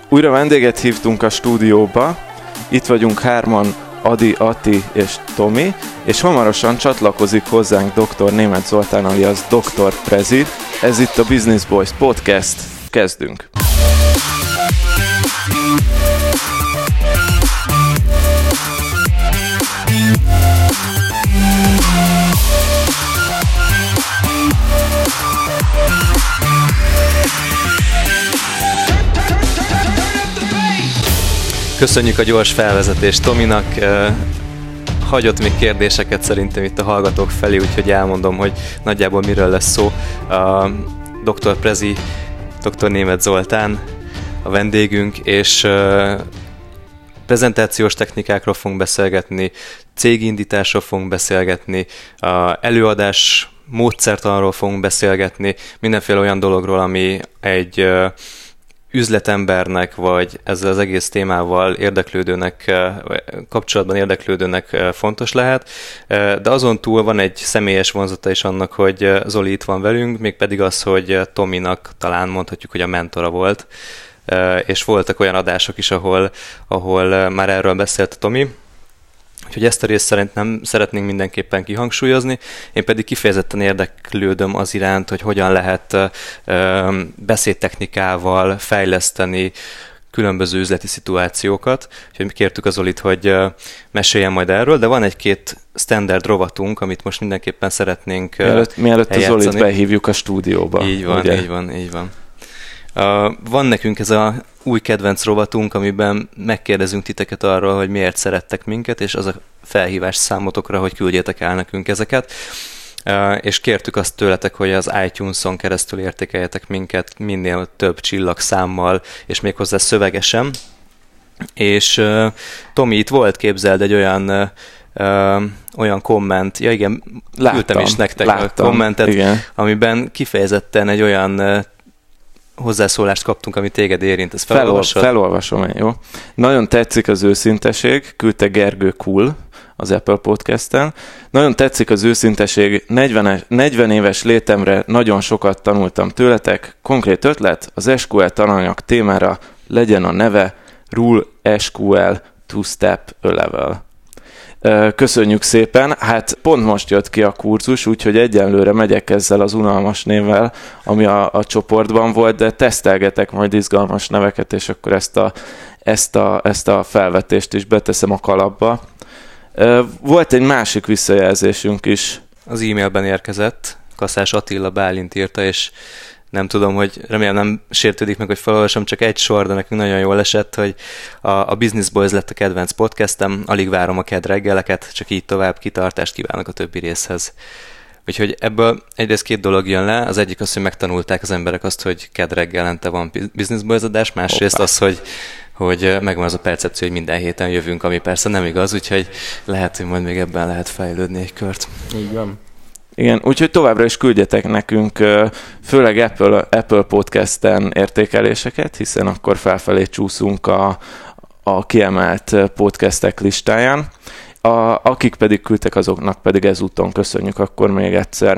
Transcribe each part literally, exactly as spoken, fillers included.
Újra vendéget hívtunk a stúdióba, itt vagyunk hárman, Adi, Ati és Tomi, és hamarosan csatlakozik hozzánk doktor Németh Zoltán, alias doktor Prezi. Ez itt a Business Boys Podcast. Kezdünk! Köszönjük a gyors felvezetést Tominak, hagyott még kérdéseket szerintem itt a hallgatók felé, úgyhogy elmondom, hogy nagyjából miről lesz szó. A doktor Prezi, doktor Németh Zoltán a vendégünk, és prezentációs technikákról fogunk beszélgetni, cégindításról fogunk beszélgetni, a előadás módszertanról fogunk beszélgetni, mindenféle olyan dologról, ami egy üzletembernek, vagy ezzel az egész témával érdeklődőnek, kapcsolatban érdeklődőnek fontos lehet, de azon túl van egy személyes vonzata is annak, hogy Zoli itt van velünk, mégpedig az, hogy Tominak talán mondhatjuk, hogy a mentora volt, és voltak olyan adások is, ahol, ahol már erről beszélt a Tomi, úgyhogy ezt a részt szerintem szeretnénk mindenképpen kihangsúlyozni. Én pedig kifejezetten érdeklődöm az iránt, hogy hogyan lehet ö, beszédtechnikával fejleszteni különböző üzleti szituációkat. Úgyhogy kértük az Zolit, hogy ö, meséljen majd erről, de van egy-két standard rovatunk, amit most mindenképpen szeretnénk Mielőtt, mielőtt a Zolit behívjuk a stúdióba. Így van, ugye? így van, így van. Uh, van nekünk ez a új kedvenc rovatunk, amiben megkérdezünk titeket arról, hogy miért szerettek minket, és az a felhívás számotokra, hogy küldjétek el nekünk ezeket. Uh, és kértük azt tőletek, hogy az iTunes-on keresztül értékeljetek minket minél több csillagszámmal, és méghozzá szövegesen. És uh, Tomi, itt volt, képzeld, egy olyan... Uh, Uh, olyan komment, ja igen, láttam, küldtem is nektek láttam, a kommentet, igen. Amiben kifejezetten egy olyan uh, hozzászólást kaptunk, ami téged érint. Ezt felolvasod? Felol, felolvasom én, jó. Nagyon tetszik az őszinteség, küldte Gergő Cool az Apple Podcasten. Nagyon tetszik az őszinteség, negyven, negyven éves létemre nagyon sokat tanultam tőletek. Konkrét ötlet, az es kú el tananyag témára legyen a neve Rule es kú el Two-Step A-Level. Köszönjük szépen, hát pont most jött ki a kurzus, úgyhogy egyenlőre megyek ezzel az unalmas névvel, ami a, a csoportban volt, de tesztelgetek majd izgalmas neveket, és akkor ezt a, ezt a, ezt a felvetést is beteszem a kalapba. Volt egy másik visszajelzésünk is. Az e-mailben érkezett, Kaszás Attila Bálint írta, és nem tudom, hogy remélem nem sértődik meg, hogy felolvasom, csak egy sor, de nekünk nagyon jól esett, hogy a, a Business Boys lett a kedvenc podcastem, alig várom a kedd reggeleket, csak így tovább, kitartást kívánok a többi részhez. Úgyhogy ebből egyrészt két dolog jön le, az egyik az, hogy megtanulták az emberek azt, hogy kedd reggelente van Business Boys adás, másrészt Hoppá. az, hogy hogy megvan az a percepció, hogy minden héten jövünk, ami persze nem igaz, úgyhogy lehet, hogy majd még ebben lehet fejlődni egy kört. Így van. Igen, úgyhogy továbbra is küldjetek nekünk főleg Apple, Apple Podcasten értékeléseket, hiszen akkor felfelé csúszunk a, a kiemelt podcastek listáján. A, akik pedig küldtek, azoknak pedig ezúton köszönjük akkor még egyszer.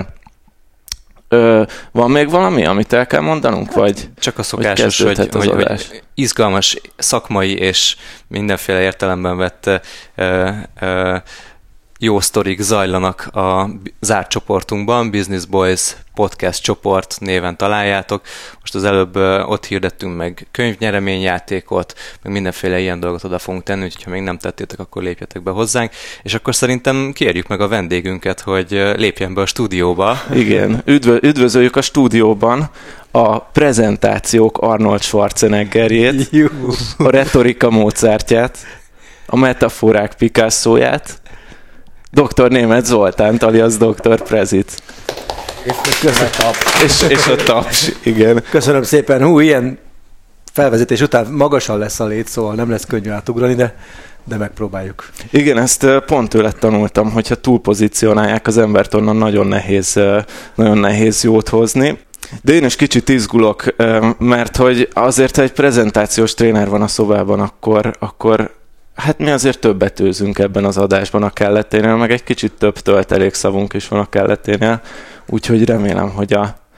Ö, van még valami, amit el kell mondanunk? Vagy, Csak a szokásos, hogy, hogy, hogy, hogy izgalmas szakmai és mindenféle értelemben vett ö, ö, jó sztorik zajlanak a zárt csoportunkban, Business Boys Podcast csoport néven találjátok. Most az előbb ott hirdettünk meg könyvnyereményjátékot, meg mindenféle ilyen dolgot oda fogunk tenni, úgyhogy ha még nem tettétek, akkor lépjetek be hozzánk. És akkor szerintem kérjük meg a vendégünket, hogy lépjen be a stúdióba. Igen, Üdv- üdvözöljük a stúdióban a prezentációk Arnold Schwarzeneggerjét, a retorika Mozartját, a metaforák Picassóját, doktor Németh Zoltánt, alias doktor Prezit. És, és, és a taps, igen. Köszönöm szépen. Hú, ilyen felvezetés után magasan lesz a lét, szóval nem lesz könnyű átugrani, de, de megpróbáljuk. Igen, ezt pont tőle tanultam, hogyha túlpozícionálják az embert, onnan nagyon nehéz, nagyon nehéz jót hozni. De én is kicsit izgulok, mert hogy azért, ha egy prezentációs tréner van a szobában, akkor, akkor hát mi azért többet őzünk ebben az adásban a kelleténél, meg egy kicsit több töltelékszavunk is van a kelleténél, úgyhogy remélem, hogy a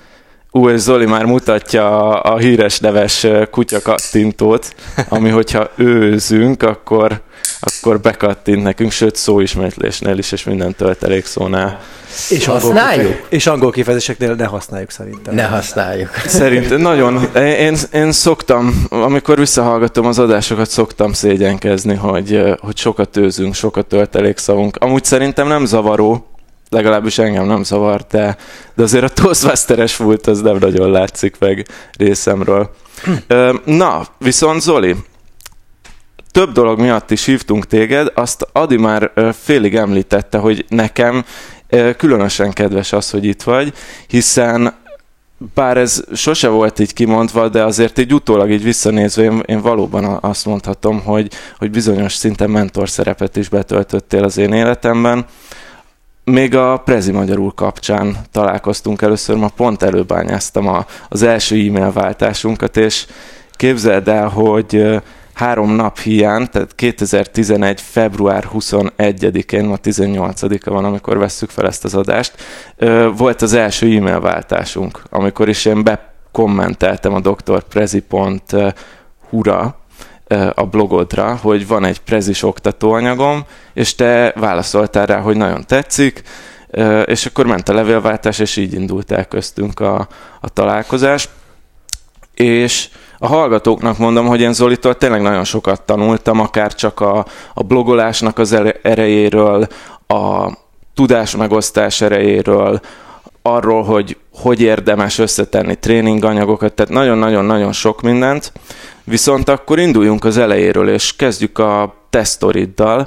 Ú, és Zoli már mutatja a, a híres neves kutyakattintót, ami hogyha őzünk, akkor, akkor bekattint nekünk, sőt szóismétlésnél is, és minden töltelékszónál. És használjuk? És angol kifejezéseknél ne használjuk szerintem. Ne használjuk. Szerintem nagyon. Én, én szoktam, amikor visszahallgatom az adásokat, szoktam szégyenkezni, hogy, hogy sokat őzünk, sokat töltelékszavunk. Amúgy szerintem nem zavaró, legalábbis engem nem zavar, de, de azért a Toastmasteres volt, az nem nagyon látszik meg részemről. Na, viszont Zoli, több dolog miatt is hívtunk téged, azt Adi már félig említette, hogy nekem különösen kedves az, hogy itt vagy, hiszen bár ez sose volt így kimondva, de azért így utólag így visszanézve én, én valóban azt mondhatom, hogy, hogy bizonyos szinten mentor szerepet is betöltöttél az én életemben. Még a Prezi Magyarul kapcsán találkoztunk először, ma pont előbányáztam a, az első e-mail váltásunkat, és képzeld el, hogy három nap hiány, tehát kétezer-tizenegy. február huszonegyedikén, ma tizennyolcadika van, amikor vesszük fel ezt az adást, volt az első e-mail váltásunk, amikor is én bekommenteltem a doktor prezi pont hu-ra, a blogodra, hogy van egy prezis oktatóanyagom, és te válaszoltál rá, hogy nagyon tetszik, és akkor ment a levélváltás, és így indult el köztünk a, a találkozás. És a hallgatóknak mondom, hogy én Zolitól tényleg nagyon sokat tanultam, akár csak a, a blogolásnak az erejéről, a tudásmegosztás erejéről, arról, hogy hogy érdemes összetenni tréninganyagokat, tehát nagyon-nagyon-nagyon sok mindent. Viszont akkor induljunk az elejéről, és kezdjük a te sztoriddal.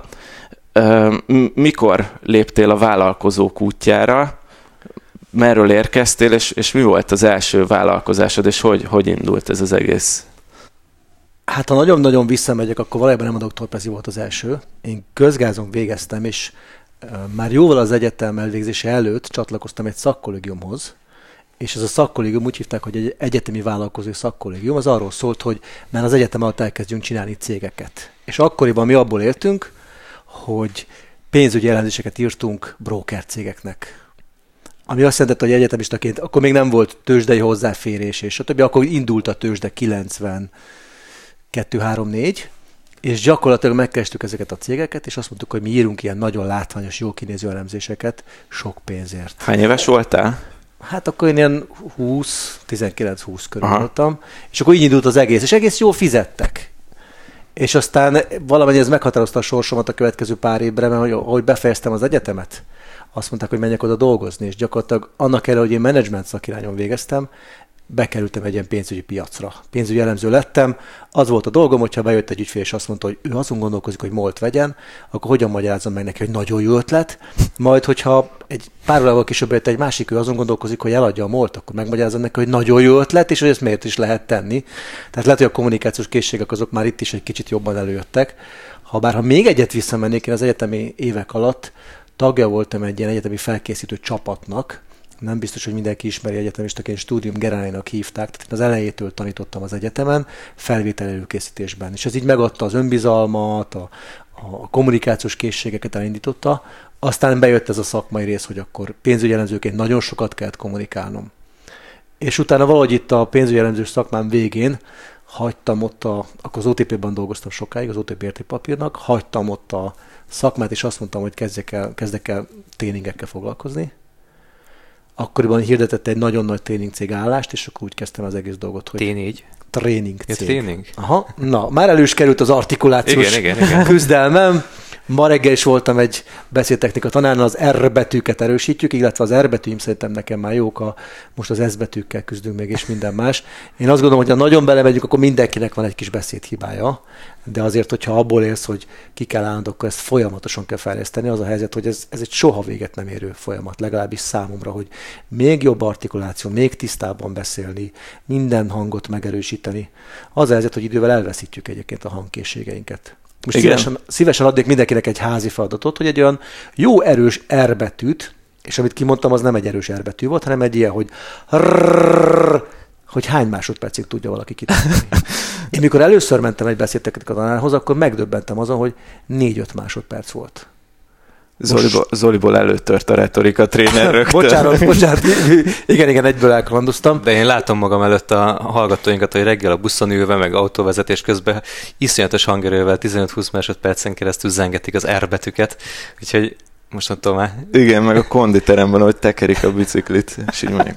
Mikor léptél a vállalkozók útjára? Merről érkeztél, és, és mi volt az első vállalkozásod, és hogy, hogy indult ez az egész? Hát ha nagyon-nagyon visszamegyek, akkor valójában nem a doktor Prezi volt az első. Én közgázon végeztem, és már jóval az egyetem elvégzése előtt csatlakoztam egy szakkollégiumhoz, és ez a szakkollégium úgy hívták, hogy egy egyetemi vállalkozói szakkollégium, az arról szólt, hogy már az egyetem alatt elkezdjünk csinálni cégeket. És akkoriban mi abból éltünk, hogy pénzügyi elemzéseket írtunk broker cégeknek. Ami azt jelenti, hogy egyetemistaként akkor még nem volt tőzsdei hozzáférés, és stb. Akkor indult a tőzsde kilencvenkettő három négy, és gyakorlatilag megkerestük ezeket a cégeket, és azt mondtuk, hogy mi írunk ilyen nagyon látványos, jó kinéző elemzéseket sok pénzért. Hány éves voltál? Hát akkor én ilyen húsz, tizenkilenc-húsz körül Aha. voltam, és akkor így indult az egész, és egész jól fizettek. És aztán valamennyi ez meghatározta a sorsomat a következő pár évre, mert ahogy befejeztem az egyetemet, azt mondták, hogy menjek oda dolgozni, és gyakorlatilag annak ellenére, hogy én menedzsment szakirányon végeztem, bekerültem egy ilyen pénzügyi piacra. Pénzügyi elemző lettem, az volt a dolgom, hogyha bejött egy ügyfél, és azt mondta, hogy ő azon gondolkozik, hogy MOL-t vegyen, akkor hogyan magyarázom meg neki, hogy nagyon jó ötlet, majd hogyha egy pár órával később jött egy másik, ő azon gondolkozik, hogy eladja a MOL-t, akkor megmagyarázom neki, hogy nagyon jó ötlet, és hogy ezt miért is lehet tenni. Tehát lehet, hogy a kommunikációs készségek azok már itt is egy kicsit jobban előjöttek. Habár, ha még egyet visszamennék, én az egyetemi évek alatt tagja voltam egy ilyen egyetemi felkészítő csapatnak, nem biztos, hogy mindenki ismeri egyetemistaként, Studium Generálinak hívták, tehát az elejétől tanítottam az egyetemen, felvétel előkészítésben. És ez így megadta az önbizalmat, a, a kommunikációs készségeket elindította, aztán bejött ez a szakmai rész, hogy akkor pénzügyi elemzőként nagyon sokat kellett kommunikálnom. És utána valahogy itt a pénzügyi elemzős szakmám végén hagytam ott, a, akkor az o té pé-ben dolgoztam sokáig, az o té pé értékpapírnak, hagytam ott a szakmát, és azt mondtam, hogy kezdek el, kezdek el tréningekkel foglalkozni. Akkoriban hirdetett egy nagyon nagy tréning cég állást, és akkor úgy kezdtem az egész dolgot, hogy... té négy? Tréning cég. Ja, tréning? Aha, na, már elő is került az artikulációs igen, igen, igen. küzdelmem. Ma reggel is voltam egy beszédtechnika tanárnál, az R betűket erősítjük, illetve az R betűim szerintem nekem már jók, a, most az S betűkkel küzdünk még, és minden más. Én azt gondolom, hogy ha nagyon belemegyünk, akkor mindenkinek van egy kis beszédhibája, de azért, hogyha abból élsz, hogy ki kell állnod, akkor ezt folyamatosan kell fejleszteni. Az a helyzet, hogy ez, ez egy soha véget nem érő folyamat, legalábbis számomra, hogy még jobb artikuláció, még tisztábban beszélni, minden hangot megerősíteni. Az a helyzet, hogy idővel elveszítjük egyébként a hangkészségeinket. Most szívesen, szívesen adnék mindenkinek egy házi feladatot, hogy egy olyan jó erős R betűt, és amit kimondtam, az nem egy erős R betű volt, hanem egy ilyen, hogy rrrr, hogy hány másodpercig tudja valaki kitartani. Én mikor először mentem egy beszédtechnika tanárhoz, akkor megdöbbentem azon, hogy négy-öt másodperc volt. Zoliból, Zoliból előtört a retorika tréner rögtön. bocsánat, bocsánat. Igen, igen, egyből elkalandoztam. De én látom magam előtt a hallgatóinkat, hogy reggel a buszon ülve, meg autóvezetés közben iszonyatos hangerővel tizenöt-húsz másodpercen keresztül zengetik az R betűket. Úgyhogy mostantól már... Igen, meg a konditeremben, ahogy tekerik a biciklit, és így mondják.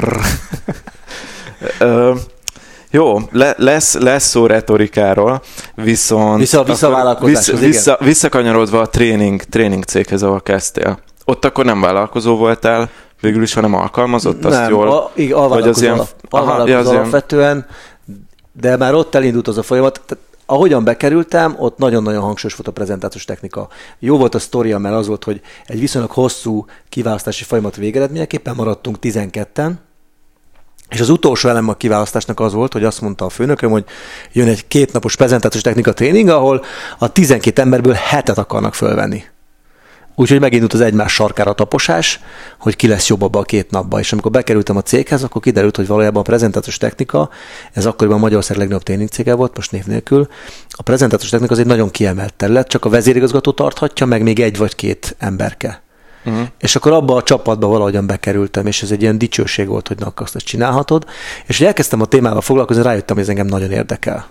Jó, le, lesz, lesz szó retorikáról, viszont... Vissza, visszavállalkozáshoz, vissza, vissza, visszakanyarodva a tréning, tréning céghez, ahol kezdtél. Ott akkor nem vállalkozó voltál, végül is, hanem alkalmazott, azt nem, jól... A, igen, alvállalkozó, ilyen, alvállalkozó aha, alapvetően, de már ott elindult az a folyamat. Tehát, ahogyan bekerültem, ott nagyon-nagyon hangsúlyos volt a prezentációs technika. Jó volt a sztoria, mert az volt, hogy egy viszonylag hosszú kiválasztási folyamat végeredményeképpen maradtunk tizenketten, és az utolsó elem a kiválasztásnak az volt, hogy azt mondta a főnököm, hogy jön egy kétnapos prezentációs technika tréning, ahol a tizenkét emberből hetet akarnak fölvenni. Úgyhogy megindult az egymás sarkára taposás, hogy ki lesz jobb abba a két napba. És amikor bekerültem a céghez, akkor kiderült, hogy valójában a prezentációs technika, ez akkoriban Magyarország legnagyobb tréning cége volt, most név nélkül. A prezentációs technika az egy nagyon kiemelt terület, csak a vezérigazgató tarthatja, meg még egy vagy két emberke. Uh-huh. És akkor abba a csapatba valahogyan bekerültem, és ez egy ilyen dicsőség volt, hogy na, akkor azt csinálhatod. És hogy elkezdtem a témával foglalkozni, rájöttem, hogy ez engem nagyon érdekel.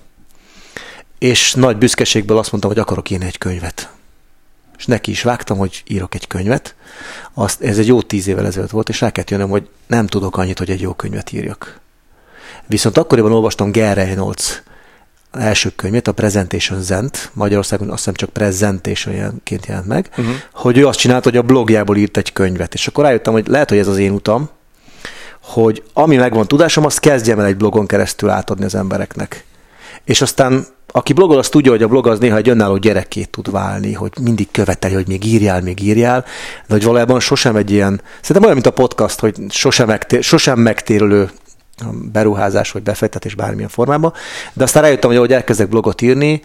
És nagy büszkeségből azt mondtam, hogy akarok írni egy könyvet. És neki is vágtam, hogy írok egy könyvet. Azt, ez egy jó tíz évvel ezelőtt volt, és rá kellett jönnöm, hogy nem tudok annyit, hogy egy jó könyvet írjak. Viszont akkoriban olvastam Gary Reynolds első könyvét, a Presentation Zent, Magyarországon azt hiszem csak Presentation-ként jelent meg, uh-huh. hogy ő azt csinált, hogy a blogjából írt egy könyvet. És akkor rájöttem, hogy lehet, hogy ez az én utam, hogy ami megvan tudásom, azt kezdjem el egy blogon keresztül átadni az embereknek. És aztán aki blogol, az tudja, hogy a blog az néha egy önálló gyerekét tud válni, hogy mindig követeli, hogy még írjál, még írjál, de hogy valójában sosem egy ilyen, szerintem olyan, mint a podcast, hogy sosem, megtér, sosem megtérülő beruházás, vagy befektetés bármilyen formában, de aztán rájöttem, hogy ahogy elkezdek blogot írni,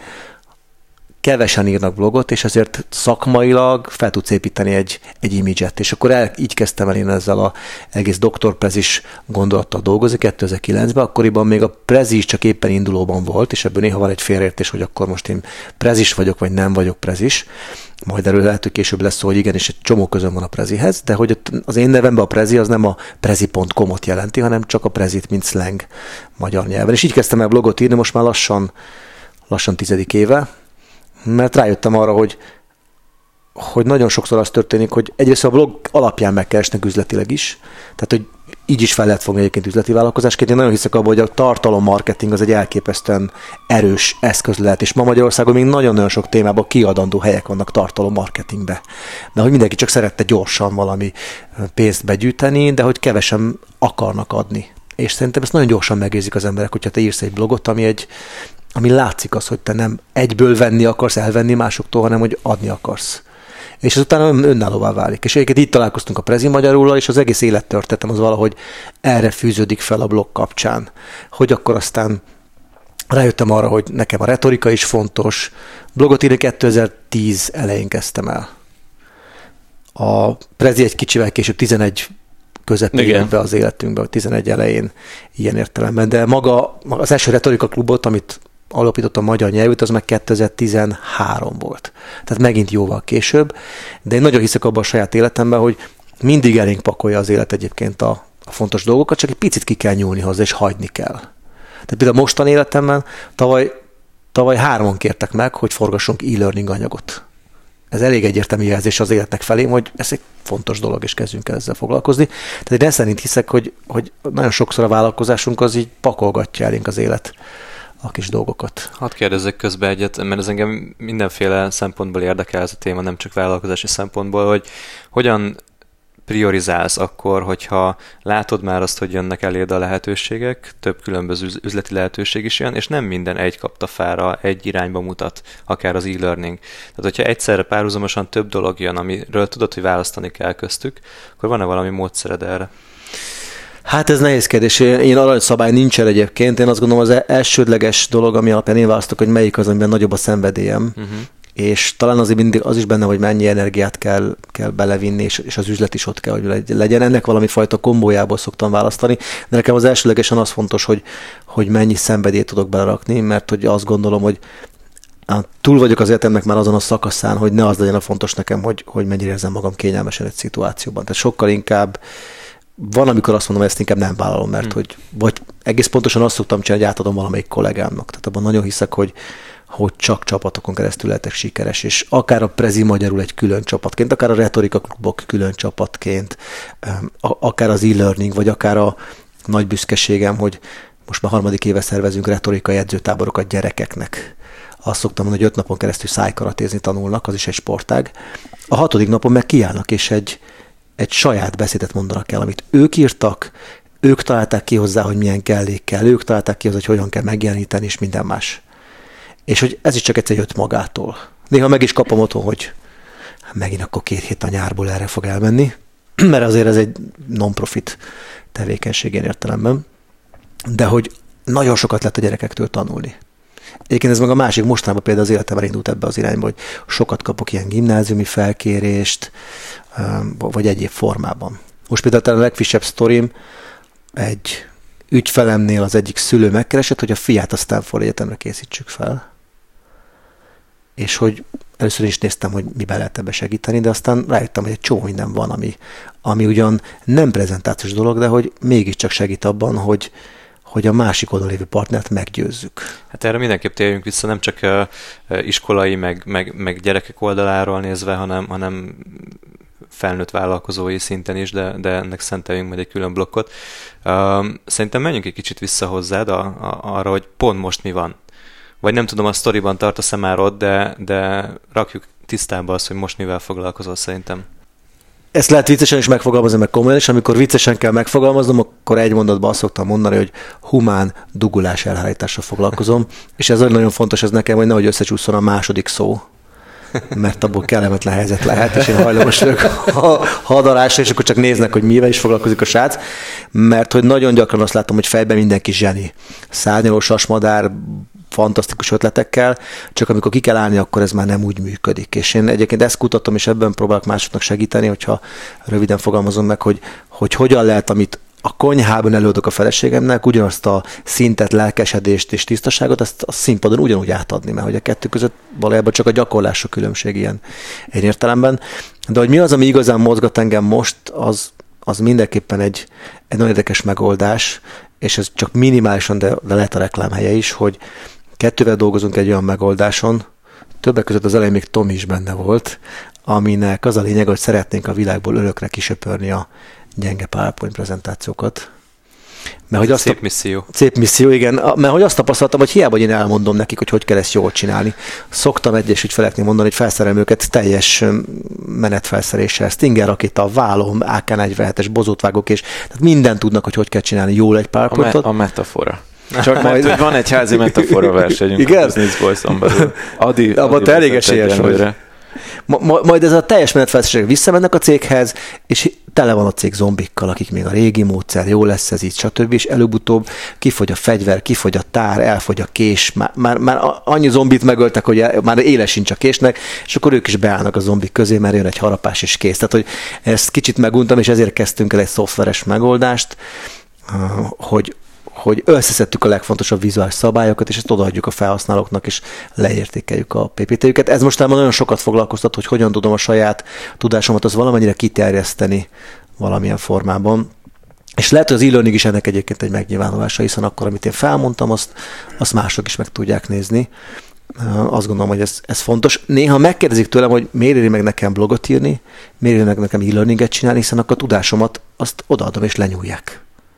kevesen írnak blogot, és ezért szakmailag fel tudsz építeni egy, egy imidzset. És akkor el, így kezdtem el én ezzel az egész doktorprezis gondolattal dolgozni kétezer-kilencben, akkoriban még a prezis csak éppen indulóban volt, és ebből néha van egy félreértés, hogy akkor most én prezis vagyok, vagy nem vagyok prezis. Majd erről lehet, hogy később lesz szó, hogy igen, és egy csomó közön van a prezihez, de hogy az én nevemben a prezi az nem a prezi pont com-ot jelenti, hanem csak a prezit, mint slang magyar nyelven. És így kezdtem el blogot írni, most már lassan, lassan tizedik éve, mert rájöttem arra, hogy, hogy nagyon sokszor az történik, hogy egyrészt a blog alapján megkeresnek üzletileg is, tehát hogy így is fel lehet fogni egyébként üzleti vállalkozásként. Én nagyon hiszek abban, hogy a tartalommarketing az egy elképesztően erős eszköz lehet, és ma Magyarországon még nagyon-nagyon sok témában kiadandó helyek vannak tartalommarketingbe. De hogy mindenki csak szerette gyorsan valami pénzt begyűjteni, de hogy kevesen akarnak adni. És szerintem ezt nagyon gyorsan megérzik az emberek, hogyha te írsz egy blogot, ami egy ami látszik az, hogy te nem egyből venni akarsz, elvenni másoktól, hanem hogy adni akarsz. És azután önállóvá válik. És egyébként itt találkoztunk a Prezi Magyarullal, és az egész élettörténetem az valahogy erre fűződik fel a blog kapcsán. Hogy akkor aztán rájöttem arra, hogy nekem a retorika is fontos. Blogot írni kétezer-tíz elején kezdtem el. A Prezi egy kicsivel később, tizenegy közepén be az életünkbe, vagy tizenegy elején ilyen értelemben. De maga az első retorika klubot, amit alapított a magyar nyelvűt, az meg kétezer-tizenhárom volt. Tehát megint jóval később, de én nagyon hiszek abban a saját életemben, hogy mindig elénk pakolja az élet egyébként a, a fontos dolgokat, csak egy picit ki kell nyúlni hozzá, és hagyni kell. Tehát például mostan életemben tavaly, tavaly hárman kértek meg, hogy forgassunk e-learning anyagot. Ez elég egyértelmű jelzés az életnek felém, hogy ez egy fontos dolog, és kezdjünk el ezzel foglalkozni. Tehát én szerint hiszek, hogy, hogy nagyon sokszor a vállalkozásunk az így pakolgatja elénk az élet a kis dolgokat. Hadd kérdezzek közbe egyet, mert ez engem mindenféle szempontból érdekel ez a téma, nem csak vállalkozási szempontból, hogy hogyan priorizálsz akkor, hogyha látod már azt, hogy jönnek eléd a lehetőségek, több különböző üzleti lehetőség is jön, és nem minden egy kaptafára, egy irányba mutat, akár az e-learning. Tehát, hogyha egyszerre párhuzamosan több dolog jön, amiről tudod, hogy választani kell köztük, akkor van-e valami módszered erre? Hát ez nehéz kérdés. Én aranyszabály nincsen egyébként. Én azt gondolom, az elsődleges dolog, ami alapján én választok, hogy melyik az, amiben nagyobb a szenvedélyem. Uh-huh. És talán azért mindig az is benne, hogy mennyi energiát kell, kell belevinni, és, és az üzlet is ott kell, hogy legyen. Ennek valami fajta kombójából szoktam választani. De nekem az elsődlegesen az fontos, hogy, hogy mennyi szenvedélyt tudok belerakni, mert hogy azt gondolom, hogy túl vagyok az életemnek már azon a szakaszán, hogy ne az legyen a fontos nekem, hogy, hogy mennyire érzem magam kényelmesen egy szituációban. Tehát sokkal inkább van, amikor azt mondom, hogy ezt inkább nem vállalom, mert hmm. hogy vagy egész pontosan azt szoktam csinálni, hogy átadom valamelyik kollégámnak. Tehát abban nagyon hiszek, hogy, hogy csak csapatokon keresztül lehetek sikeres, és akár a Prezi magyarul egy külön csapatként, akár a retorika klubok külön csapatként, akár az e-learning, vagy akár a nagy büszkeségem, hogy most már harmadik éve szervezünk retorikai edzőtáborokat gyerekeknek. Azt szoktam mondani, hogy öt napon keresztül szájkaratézni tanulnak, az is egy sportág. A hatodik napon meg kiállnak, és egy, egy saját beszédet mondanak el, amit ők írtak, ők találták ki hozzá, hogy milyen kellék kell, ők találták ki hozzá, hogy hogyan kell megjeleníteni, és minden más. És hogy ez is csak egyszer jött magától. Néha meg is kapom otthon, hogy megint akkor két hét a nyárból erre fog elmenni, mert azért ez egy non-profit tevékenység én értelemben. De hogy nagyon sokat lehet a gyerekektől tanulni. Egyébként ez meg a másik, mostanában például az életem elindult ebbe az irányba, hogy sokat kapok ilyen gimnáziumi felkérést, vagy egyéb formában. Most például a legfrissebb sztorim, egy ügyfelemnél az egyik szülő megkeresett, hogy a fiát a Stanford Egyetemre készítsük fel. És hogy először is néztem, hogy miben lehet ebbe segíteni, de aztán rájöttem, hogy egy csomó minden van, ami, ami ugyan nem prezentációs dolog, de hogy mégiscsak segít abban, hogy hogy a másik oldalon lévő partnert meggyőzzük. Hát erre mindenképp térjünk vissza, nem csak uh, iskolai, meg, meg, meg gyerekek oldaláról nézve, hanem, hanem felnőtt vállalkozói szinten is, de, de ennek szenteljünk majd egy külön blokkot. Uh, szerintem menjünk egy kicsit vissza hozzád a, a, arra, hogy pont most mi van. Vagy nem tudom, a sztoriban tartasz-e már ott, de, de rakjuk tisztába azt, hogy most mivel foglalkozol szerintem. Ezt lehet viccesen is megfogalmazni, meg komolyan, és amikor viccesen kell megfogalmaznom, akkor egy mondatban azt szoktam mondani, hogy humán dugulás elhárítással foglalkozom, és ez nagyon fontos ez nekem, hogy nehogy összecsúszson a második szó, mert abból kellemetlen helyzet lehet, és én hajlamos vagyok hadarásra, és akkor csak néznek, hogy mivel is foglalkozik a srác, mert hogy nagyon gyakran azt látom, hogy fejben mindenki zseni. Szárnyaló sasmadár, fantasztikus ötletekkel, csak amikor ki kell állni, akkor ez már nem úgy működik. És én egyébként ezt kutatom, és ebben próbálok másoknak segíteni, hogyha röviden fogalmazom meg, hogy, hogy hogyan lehet, amit a konyhában előadok a feleségemnek, ugyanazt a szintet, lelkesedést és tisztaságot, azt a színpadon ugyanúgy átadni, mert hogy a kettő között valójában csak a gyakorlás a különbség ilyen én értelemben. De hogy mi az, ami igazán mozgat engem most, az, az mindenképpen egy, egy nagyon érdekes megoldás, és ez csak minimálisan, de, de lehet a reklámhelye is, hogy kettővel dolgozunk egy olyan megoldáson, többek között az elején még Tomi is benne volt, aminek az a lényeg, hogy szeretnénk a világból örökre kisöpörni a gyenge PowerPoint prezentációkat. Mert, hogy azt szép a... misszió. Szép misszió, igen. Mert hogy azt tapasztaltam, hogy hiába, hogy én elmondom nekik, hogy hogy kell ezt jól csinálni. Szoktam egyes ügyfeleknél mondani, hogy felszerelem őket teljes menetfelszeréssel, Stinger rakéta, vállom, á ká negyvenhetes, bozót vágok, és tehát mindent tudnak, hogy hogy kell csinálni jól egy PowerPointot. A, me- a metafora. Csak majd, hogy van egy házi metafora versenyünk igen? A Business Boys-on belül. Adi, abban te elég esélyes vagy. Ma, majd ez a teljes menetfelszerelések visszamennek a céghez, és tele van a cég zombikkal, akik még a régi módszer, jó lesz ez így, stb. És előbb-utóbb kifogy a fegyver, kifogy a tár, elfogy a kés, már, már, már annyi zombit megöltek, hogy el, már éle sincs a késnek, és akkor ők is beállnak a zombik közé, mert jön egy harapás és kész. Tehát, hogy ezt kicsit meguntam, és ezért kezdtünk el egy szoftveres megoldást, hogy hogy összeszedtük a legfontosabb vizuális szabályokat, és ezt odaadjuk a felhasználóknak, és leértékeljük a pé pé té-jüket. Ez mostában nagyon sokat foglalkoztat, hogy hogyan tudom a saját tudásomat az valamennyire kiterjeszteni valamilyen formában. És lehet, hogy az e-learning is ennek egyébként egy megnyilvánulása, hiszen akkor, amit én felmondtam, azt, azt mások is meg tudják nézni. Azt gondolom, hogy ez, ez fontos. Néha megkérdezik tőlem, hogy miért éri meg nekem blogot írni, miért éri meg nekem e-learninget csinálni, hiszen akkor a tudásomat azt odaadom és lenyúlják.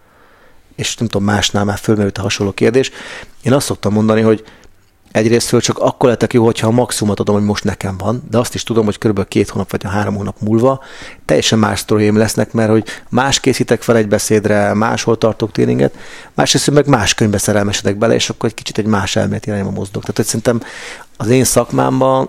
És nem tudom, másnál már fölmerült a hasonló kérdés. Én azt szoktam mondani, hogy egyrésztről csak akkor lettek jó, hogyha a maximumot adom, hogy most nekem van, de azt is tudom, hogy körülbelül két hónap vagy a három hónap múlva teljesen más sztoriaim lesznek, mert hogy más készítek fel egy beszédre, máshol tartok tréninget, másrészt meg más könyvbe szerelmesedek bele, és akkor egy kicsit egy más elmélet irányba mozdulok. Tehát hogy szerintem az én szakmámban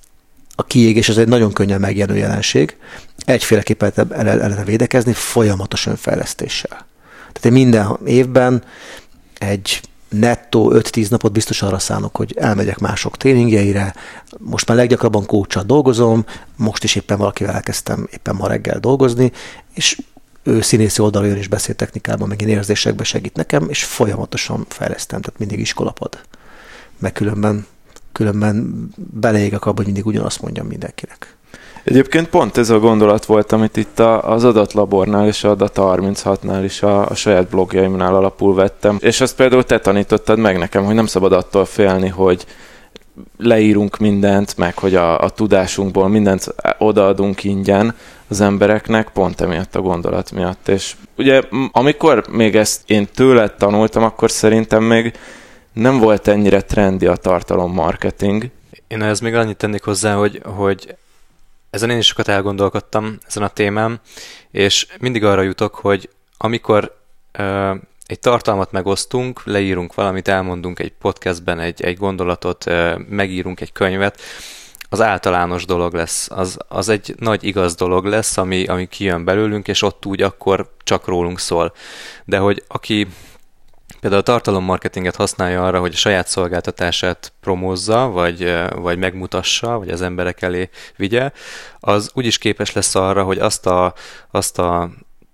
a kiégés az egy nagyon könnyen megjelenő jelenség. Egyféleképpen ellene védekezni folyamatos önfejlesztéssel. Tehát én minden évben egy nettó öt-tíz napot biztos arra szánok, hogy elmegyek mások tréningjeire. Most már leggyakrabban coachal dolgozom, most is éppen valakivel elkezdtem éppen ma reggel dolgozni, és ő színészi oldalon jön és beszéltechnikában, meg én érzésekben segít nekem, és folyamatosan fejlesztem, tehát mindig iskolapad. Meg különben különben beleégek abban, hogy mindig ugyanazt mondjam mindenkinek. Egyébként pont ez a gondolat volt, amit itt az Adatlabornál és a Data harminchatnál is a, a saját blogjaimnál alapul vettem. És azt például te tanítottad meg nekem, hogy nem szabad attól félni, hogy leírunk mindent, meg hogy a, a tudásunkból mindent odaadunk ingyen az embereknek, pont emiatt a gondolat miatt. És ugye amikor még ezt én tőled tanultam, akkor szerintem még nem volt ennyire trendi a tartalommarketing. Én ehhez még annyit tennék hozzá, hogy, hogy ezen én is sokat elgondolkodtam, ezen a témám, és mindig arra jutok, hogy amikor uh, egy tartalmat megosztunk, leírunk valamit, elmondunk egy podcastben egy, egy gondolatot, uh, megírunk egy könyvet, az általános dolog lesz, az, az egy nagy igaz dolog lesz, ami, ami kijön belőlünk, és ott úgy akkor csak rólunk szól. De hogy aki például a tartalommarketinget használja arra, hogy a saját szolgáltatását promózza, vagy, vagy megmutassa, vagy az emberek elé vigye, az úgyis képes lesz arra, hogy azt a, azt a,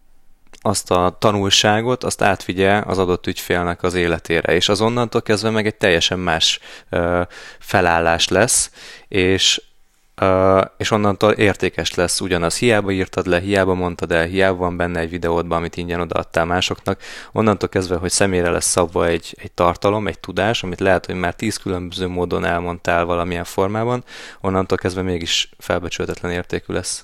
azt a tanulságot, azt átvigye az adott ügyfélnek az életére, és azonnantól kezdve meg egy teljesen más uh, felállás lesz, és Uh, és onnantól értékes lesz ugyanaz. Hiába írtad le, hiába mondtad el, hiába van benne egy videódban, amit ingyen odaadtál másoknak, onnantól kezdve, hogy személyre lesz szabva egy, egy tartalom, egy tudás, amit lehet, hogy már tíz különböző módon elmondtál valamilyen formában, onnantól kezdve mégis felbecsülhetetlen értékű lesz.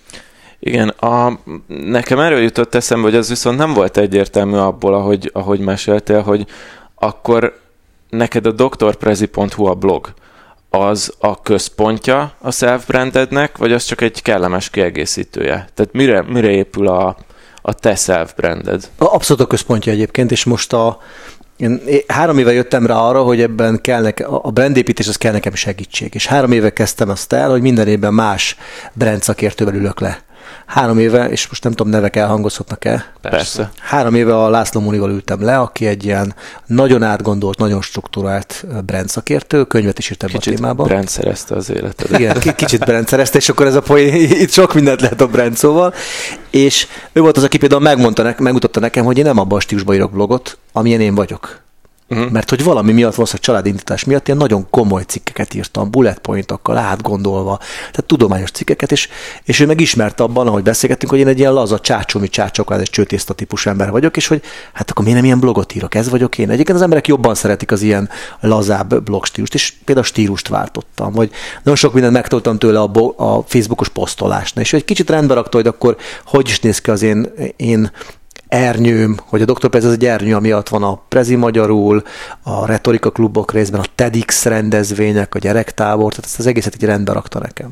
Igen, a, nekem erről jutott eszembe, hogy az viszont nem volt egyértelmű abból, ahogy, ahogy meséltél, hogy akkor neked a doktorprezi pont hu a blog, az a központja a self-brandednek, vagy az csak egy kellemes kiegészítője? Tehát mire, mire épül a, a te self-branded? Abszolút a központja egyébként, és most a én három éve jöttem rá arra, hogy ebben kell nekem, a brandépítés, az kell nekem segítség. És három éve kezdtem azt el, hogy minden évben más brand szakértővel ülök le. Három éve, és most nem tudom, nevek elhangozhatnak-e? Persze. Három éve a László Munival ültem le, aki egy ilyen nagyon átgondolt, nagyon struktúrált brand szakértő, könyvet is írt ebben a témában. Kicsit brandszerezte az életedet. Igen, k- kicsit brandszerezte, és akkor ez a poén, itt sok mindent lehet a brand szóval. És ő volt az, aki például megmondta, ne, megmutatta nekem, hogy én nem abban a stílusban írok blogot, amilyen én vagyok. Uh-huh. Mert hogy valami miatt, valószínűleg családindítás miatt ilyen nagyon komoly cikkeket írtam, bullet pointokkal, átgondolva, tehát tudományos cikkeket, és, és ő meg ismerte abban, ahogy beszélgettünk, hogy én egy ilyen laza, csácsomi, csácsoklád, egy csőtészta típus ember vagyok, és hogy hát akkor miért nem ilyen blogot írok, ez vagyok én. Egyébként az emberek jobban szeretik az ilyen lazább blog stílust, és például stílust váltottam, vagy nagyon sok mindent megtoltam tőle a, bo- a Facebookos posztolásnál, és egy kicsit rendbe rakta, hogy akkor hogy is néz ki az én, én ernyőm, hogy a doktorprezi az egy ernyő, amiatt van a Prezi Magyarul, a retorika klubok részben, a TEDx rendezvények, a gyerektábor, tehát ezt az egészet így rendbe rakta nekem.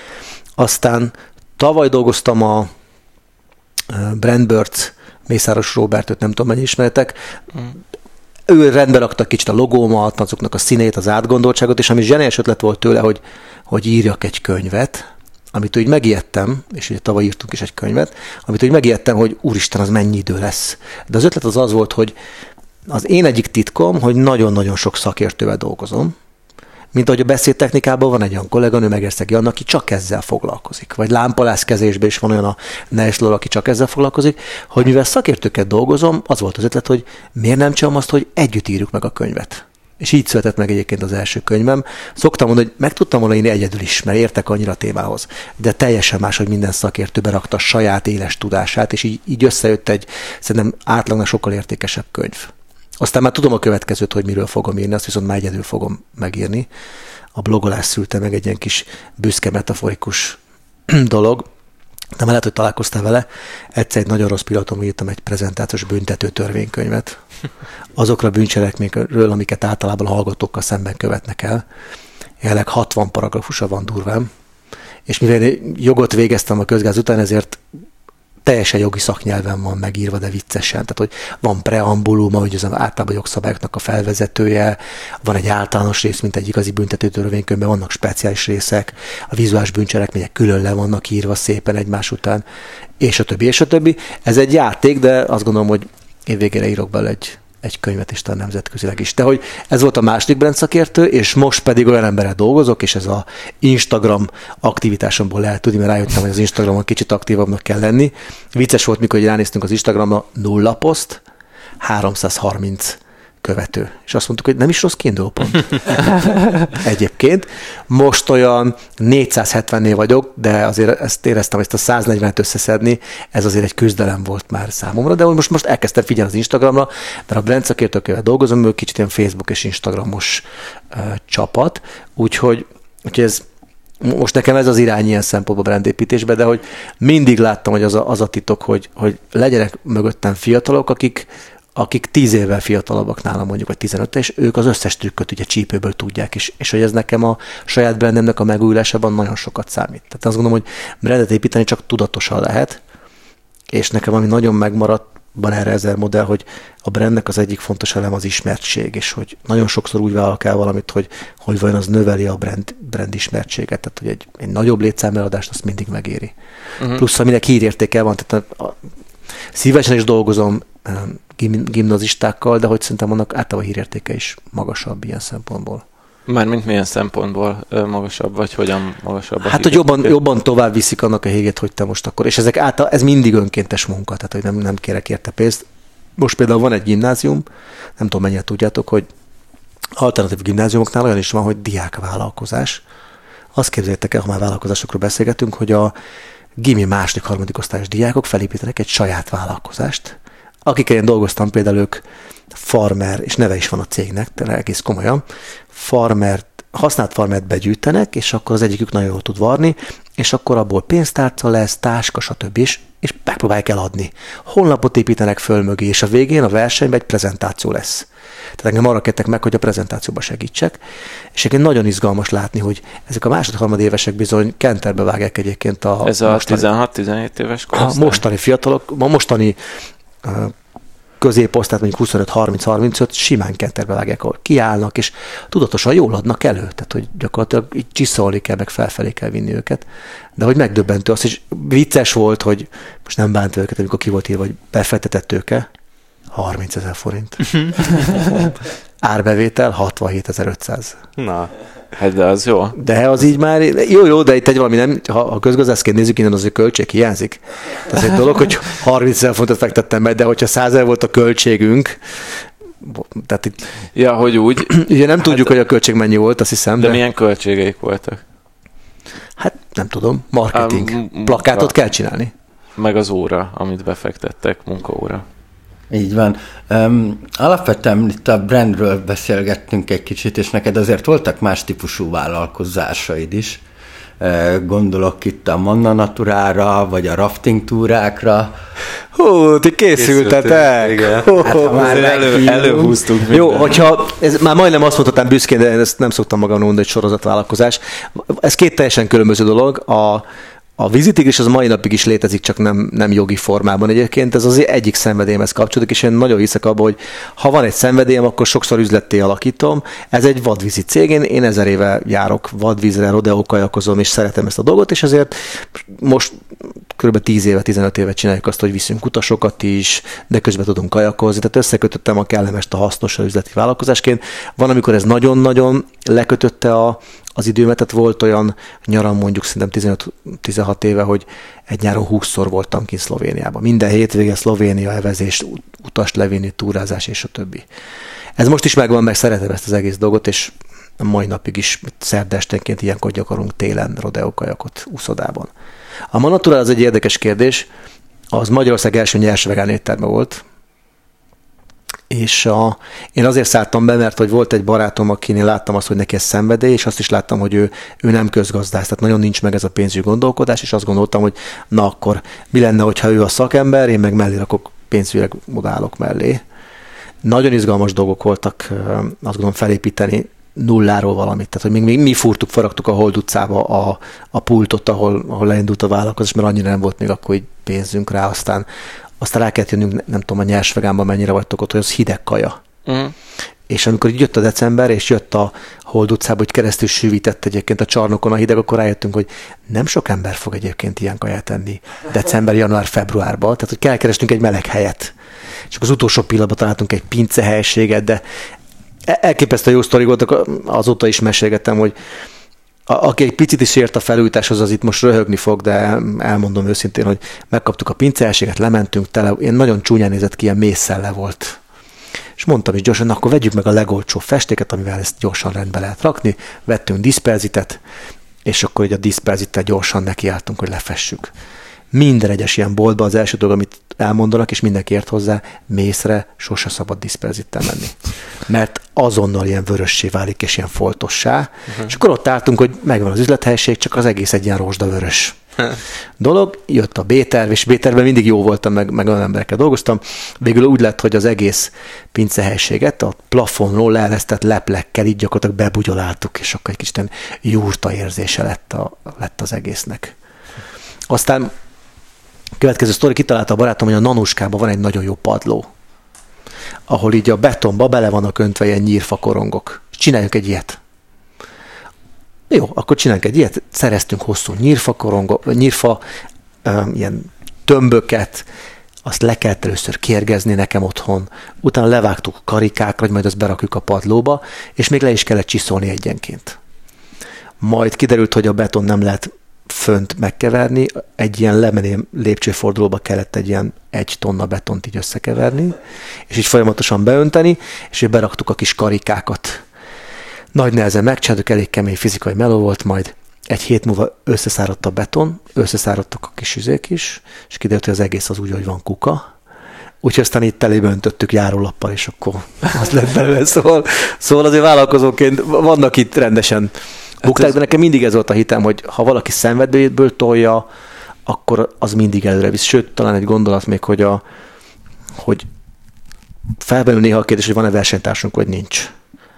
Aztán tavaly dolgoztam a Brandbirds, Mészáros Róbertöt, nem tudom, mennyi ismeretek, mm. ő rendbe rakta kicsit a logómat, azoknak a színét, az átgondoltságot, és ami zseniális ötlet volt tőle, hogy, hogy írjak egy könyvet, amit úgy megijedtem, és ugye tavaly írtunk is egy könyvet, amit úgy megijedtem, hogy úristen, az mennyi idő lesz. De az ötlet az az volt, hogy az én egyik titkom, hogy nagyon-nagyon sok szakértővel dolgozom, mint ahogy a beszédtechnikában van egy olyan kolléganő, Megerszegi Anna, aki csak ezzel foglalkozik. Vagy lámpalászkezésben is van olyan a Neslor, aki csak ezzel foglalkozik, hogy mivel szakértőket dolgozom, az volt az ötlet, hogy miért nem csinálom azt, hogy együtt írjuk meg a könyvet. És így született meg egyébként az első könyvem. Szoktam mondani, hogy meg tudtam volna írni egyedül is, mert értek annyira a témához. De teljesen más, hogy minden szakértő berakta a saját éles tudását, és így, így összejött egy szerintem átlagnak sokkal értékesebb könyv. Aztán már tudom a következőt, hogy miről fogom írni, azt viszont már egyedül fogom megírni. A blogolás szülte meg egy ilyen kis büszke metaforikus dolog. De már lehet, hogy találkoztál vele. Egyszer egy nagyon rossz pillanatom írtam egy prezentációs büntető törvénykönyvet. Azokra a bűncselekményekről, amiket általában a hallgatókkal szemben követnek el. Jelenleg hatvan paragrafusa van durván. És mivel jogot végeztem a közgáz után, ezért teljesen jogi szaknyelven van megírva, de viccesen. Tehát, hogy van preambulum, hogy az általában jogszabályoknak a felvezetője, van egy általános rész, mint egy igazi büntető törvénykönyvben, vannak speciális részek, a vizuális bűncselekmények külön le vannak írva szépen egymás után, és a többi, és a többi. Ez egy játék, de azt gondolom, hogy én végére írok bele egy, egy könyvet, és talán nemzetközileg is. De hogy ez volt a második brand szakértő, és most pedig olyan emberrel dolgozok, és ez a Instagram aktivitásomból lehet tudni, mert rájöttem, hogy az Instagramon kicsit aktívabbnak kell lenni. Vicces volt, mikor ránéztünk az Instagramra, nulla poszt, háromszázharminc követő. És azt mondtuk, hogy nem is rossz kiinduló pont. Egyébként. Most olyan négyszázhetvennél vagyok, de azért ezt éreztem, hogy ezt a száznegyvenet összeszedni, ez azért egy küzdelem volt már számomra, de most, most elkezdtem figyelni az Instagramra, mert a brand szakértőkkel dolgozom, ő kicsit ilyen Facebook és Instagramos uh, csapat, úgyhogy, úgyhogy ez most nekem ez az irány ilyen szempontból brandépítésben, de hogy mindig láttam, hogy az a, az a titok, hogy, hogy legyenek mögöttem fiatalok, akik akik tíz évvel fiatalabbak nálam mondjuk, vagy tizenöt, és ők az összes trükköt ugye csípőből tudják, és, és hogy ez nekem a saját brandemnek a megújulásában nagyon sokat számít. Tehát azt gondolom, hogy brandet építeni csak tudatosan lehet, és nekem ami nagyon megmaradt, van erre ezer modell, hogy a brandnek az egyik fontos elem az ismertség, és hogy nagyon sokszor úgy vállalok el valamit, hogy, hogy vajon az növeli a brand, brand ismertséget, tehát hogy egy, egy nagyobb létszámeladást azt mindig megéri. Uh-huh. Plusz aminek hírértéke van, tehát a, a, szívesen is dolgozom gim, gimnazistákkal, de hogy szerintem annak általában hírértéke is magasabb ilyen szempontból. Mármint milyen szempontból magasabb, vagy hogyan magasabb? Hát, hogy jobban, jobban tovább viszik annak a hírét, hogy te most akkor, és ezek által, ez mindig önkéntes munka, tehát hogy nem, nem kérek érte pénzt. Most például van egy gimnázium, nem tudom mennyire tudjátok, hogy alternatív gimnáziumoknál olyan is van, hogy diákvállalkozás. Azt képzeljétek el, ha már vállalkozásokról beszélgetünk, hogy a gimi második, harmadik osztályos diákok felépítenek egy saját vállalkozást. Akikkel én dolgoztam, például ők farmer, és neve is van a cégnek, tehát egész komolyan, farmert, használt farmert begyűjtenek, és akkor az egyikük nagyon jól tud varni, és akkor abból pénztárca lesz, táska, stb. És, és megpróbálják eladni. Honlapot építenek föl mögé, és a végén a versenyben egy prezentáció lesz. Tehát engem arra kértek meg, hogy a prezentációba segítsek. És egyébként nagyon izgalmas látni, hogy ezek a másod-harmadévesek bizony kenterbe vágják egyébként a... Ez a tizenhat-tizenhét éves korosztály? A mostani fiatalok, a mostani uh, középosztályt, mondjuk huszonöt harminc harmincöt simán kenterbe vágják, ahol kiállnak, és tudatosan jól adnak elő. Tehát, hogy gyakorlatilag így csiszolni kell, meg felfelé kell vinni őket. De hogy megdöbbentő, az is vicces volt, hogy most nem bánt őket, amikor ki volt írva, hogy befektetett tőke, harmincezer forint. Árbevétel hatvanhétezer-ötszáz. Na. Hát de az jó. De az így már, jó, jó, de itt egy valami nem, ha a közgazdászként nézzük, innen azért költség hiányzik. Tehát egy dolog, hogy harmincezer forintot fektettem meg, de hogyha százezer volt a költségünk, tehát itt... Ja, hogy úgy. Ugye nem hát, tudjuk, hogy a költség mennyi volt, azt hiszem. De, de milyen költségeik voltak? Hát nem tudom, marketing. Um, Plakátot kell csinálni. Meg az óra, amit befektettek, munkaóra. Így van. Um, alapvetően itt a brandről beszélgettünk egy kicsit, és neked azért voltak más típusú vállalkozásaid is. Uh, gondolok itt a Manna Naturára, vagy a rafting túrákra. Hú, ti készültetek! Igen. Hát, már elő, előhúztuk. Minden. Jó, hogyha, ez már majdnem azt mondhatnám büszkén, de ezt nem szoktam magam mondani, hogy sorozatvállalkozás. Ez két teljesen különböző dolog. A A vízitigris az mai napig is létezik, csak nem, nem jogi formában egyébként. Ez az egyik szenvedélyemhez kapcsolódik, és én nagyon hiszek abban, hogy ha van egy szenvedélyem, akkor sokszor üzletté alakítom. Ez egy vadvízi cég, én, én ezer éve járok vadvízre, rodeó kajakozom, és szeretem ezt a dolgot, és ezért most kb. tíz éve, tizenöt éve csináljuk azt, hogy viszünk utasokat is, de közben tudunk kajakozni, tehát összekötöttem a kellemest a hasznos üzleti vállalkozásként. Van, amikor ez nagyon-nagyon lekötötte a az időmet, tehát volt olyan nyaram mondjuk szerintem tizenöt-tizenhat éve, hogy egy nyáron húszszor voltam kint Szlovéniában. Minden hétvége Szlovénia, evezés, utast levinni, túrázás és a többi. Ez most is megvan, meg szeretem ezt az egész dolgot, és a mai napig is szerda esténként ilyenkor gyakorlunk télen rodeó kajakot úszodában. A Manna Naturál az egy érdekes kérdés, az Magyarország első nyers vegán étterme volt, és a, én azért szálltam be, mert hogy volt egy barátom, akinél láttam azt, hogy neki ez szenvedély, és azt is láttam, hogy ő, ő nem közgazdász, tehát nagyon nincs meg ez a pénzügyi gondolkodás, és azt gondoltam, hogy na akkor mi lenne, hogyha ő a szakember, én meg mellé rakok, pénzügyileg odaállok mellé. Nagyon izgalmas dolgok voltak, azt gondolom felépíteni nulláról valamit. Tehát, hogy még mi, mi fúrtuk, faragtuk a Hold utcába a, a pultot, ahol, ahol leindult a vállalkozás, mert annyira nem volt még akkor így pénzünk rá, aztán aztán rá kellett jönnünk, nem tudom, a nyers vegánban mennyire vagytok ott, hogy az hideg kaja. Uh-huh. És amikor jött a december, és jött a Hold utcába, hogy keresztül sűvített egyébként a csarnokon a hideg, akkor rájöttünk, hogy nem sok ember fog egyébként ilyen kaját enni december, január, februárban. Tehát, hogy kell kerestünk egy meleg helyet. Csak az utolsó pillanatban találtunk egy pince helységet, de elképesztő jó sztori voltak, azóta is mesélgettem, hogy A, aki egy picit is ért a felújításhoz, az itt most röhögni fog, de elmondom őszintén, hogy megkaptuk a pincehelyiséget, lementünk tele, én nagyon csúnyán nézett ki, ilyen mészszel le volt és mondtam is gyorsan, na, akkor vegyük meg a legolcsóbb festéket, amivel ezt gyorsan rendbe lehet rakni, vettünk diszperzitet, és akkor így a diszperzittel gyorsan nekiálltunk, hogy lefessük. Minden egyes ilyen boltban az első dolog, amit elmondanak, és mindenki ért hozzá, mészre sose szabad diszperzittel menni. Mert azonnal ilyen vörössé válik, és ilyen foltossá. Uh-huh. És akkor ott álltunk, hogy megvan az üzlethelyiség, csak az egész egy ilyen rozsdavörös dolog. Jött a B-terv, és B-tervben mindig jó voltam, meg, meg olyan emberekkel dolgoztam. Végül úgy lett, hogy az egész pincehelységet a plafonról leeresztett leplekkel így gyakorlatilag bebugyoláltuk, és akkor egy kicsit jurta érzése lett, a, lett az egésznek. Aztán következő sztori, kitalálta a barátom, hogy a Nanuskában van egy nagyon jó padló, ahol így a betonba bele vannak öntve ilyen nyírfa korongok. Csináljunk egy ilyet. Jó, akkor csináljunk egy ilyet. Szereztünk hosszú nyírfa korongok, nyírfa um, ilyen tömböket, azt le kellett először kérgezni nekem otthon, utána levágtuk karikákra, hogy majd azt berakjuk a padlóba, és még le is kellett csiszolni egyenként. Majd kiderült, hogy a beton nem lehet fönt megkeverni, egy ilyen lemenő lépcsőfordulóba kellett egy ilyen egy tonna betont így összekeverni, és így folyamatosan beönteni, és így beraktuk a kis karikákat. Nagy nehezen megcsináltuk, elég kemény fizikai meló volt, majd egy hét múlva összeszáradt a beton, összeszáradtak a kis üzék is, és kiderült, hogy az egész az úgy, hogy van kuka. Úgyhogy aztán itt elébe öntöttük járólappal, és akkor az lett belőle. Szóval, szóval azért vállalkozóként vannak itt rendesen bukták, de nekem mindig ez volt a hitem, hogy ha valaki szenvedélyből tolja, akkor az mindig előre visz. Sőt, talán egy gondolat még, hogy, a, hogy felbenül néha a kérdés, hogy van-e versenytársunk, vagy nincs.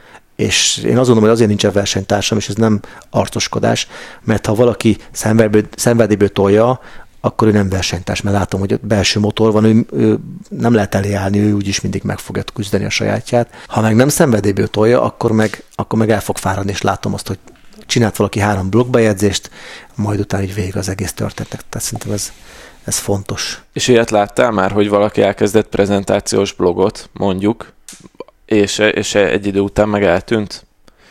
És én azt gondolom, hogy azért nincsen versenytársam, és ez nem arcoskodás, mert ha valaki szenvedélyből, szenvedélyből tolja, akkor ő nem versenytárs, mert látom, hogy a belső motor van, ő, ő nem lehet elé állni, ő úgyis mindig meg fogja küzdeni a sajátját. Ha meg nem szenvedélyből tolja, akkor meg, akkor meg el fog fáradni, és látom azt, hogy csinált valaki három blogbejegyzést, majd utána így végig az egész történetek. Tehát szerintem ez, ez fontos. És ilyet láttál már, hogy valaki elkezdett prezentációs blogot, mondjuk, és, és egy idő után meg eltűnt?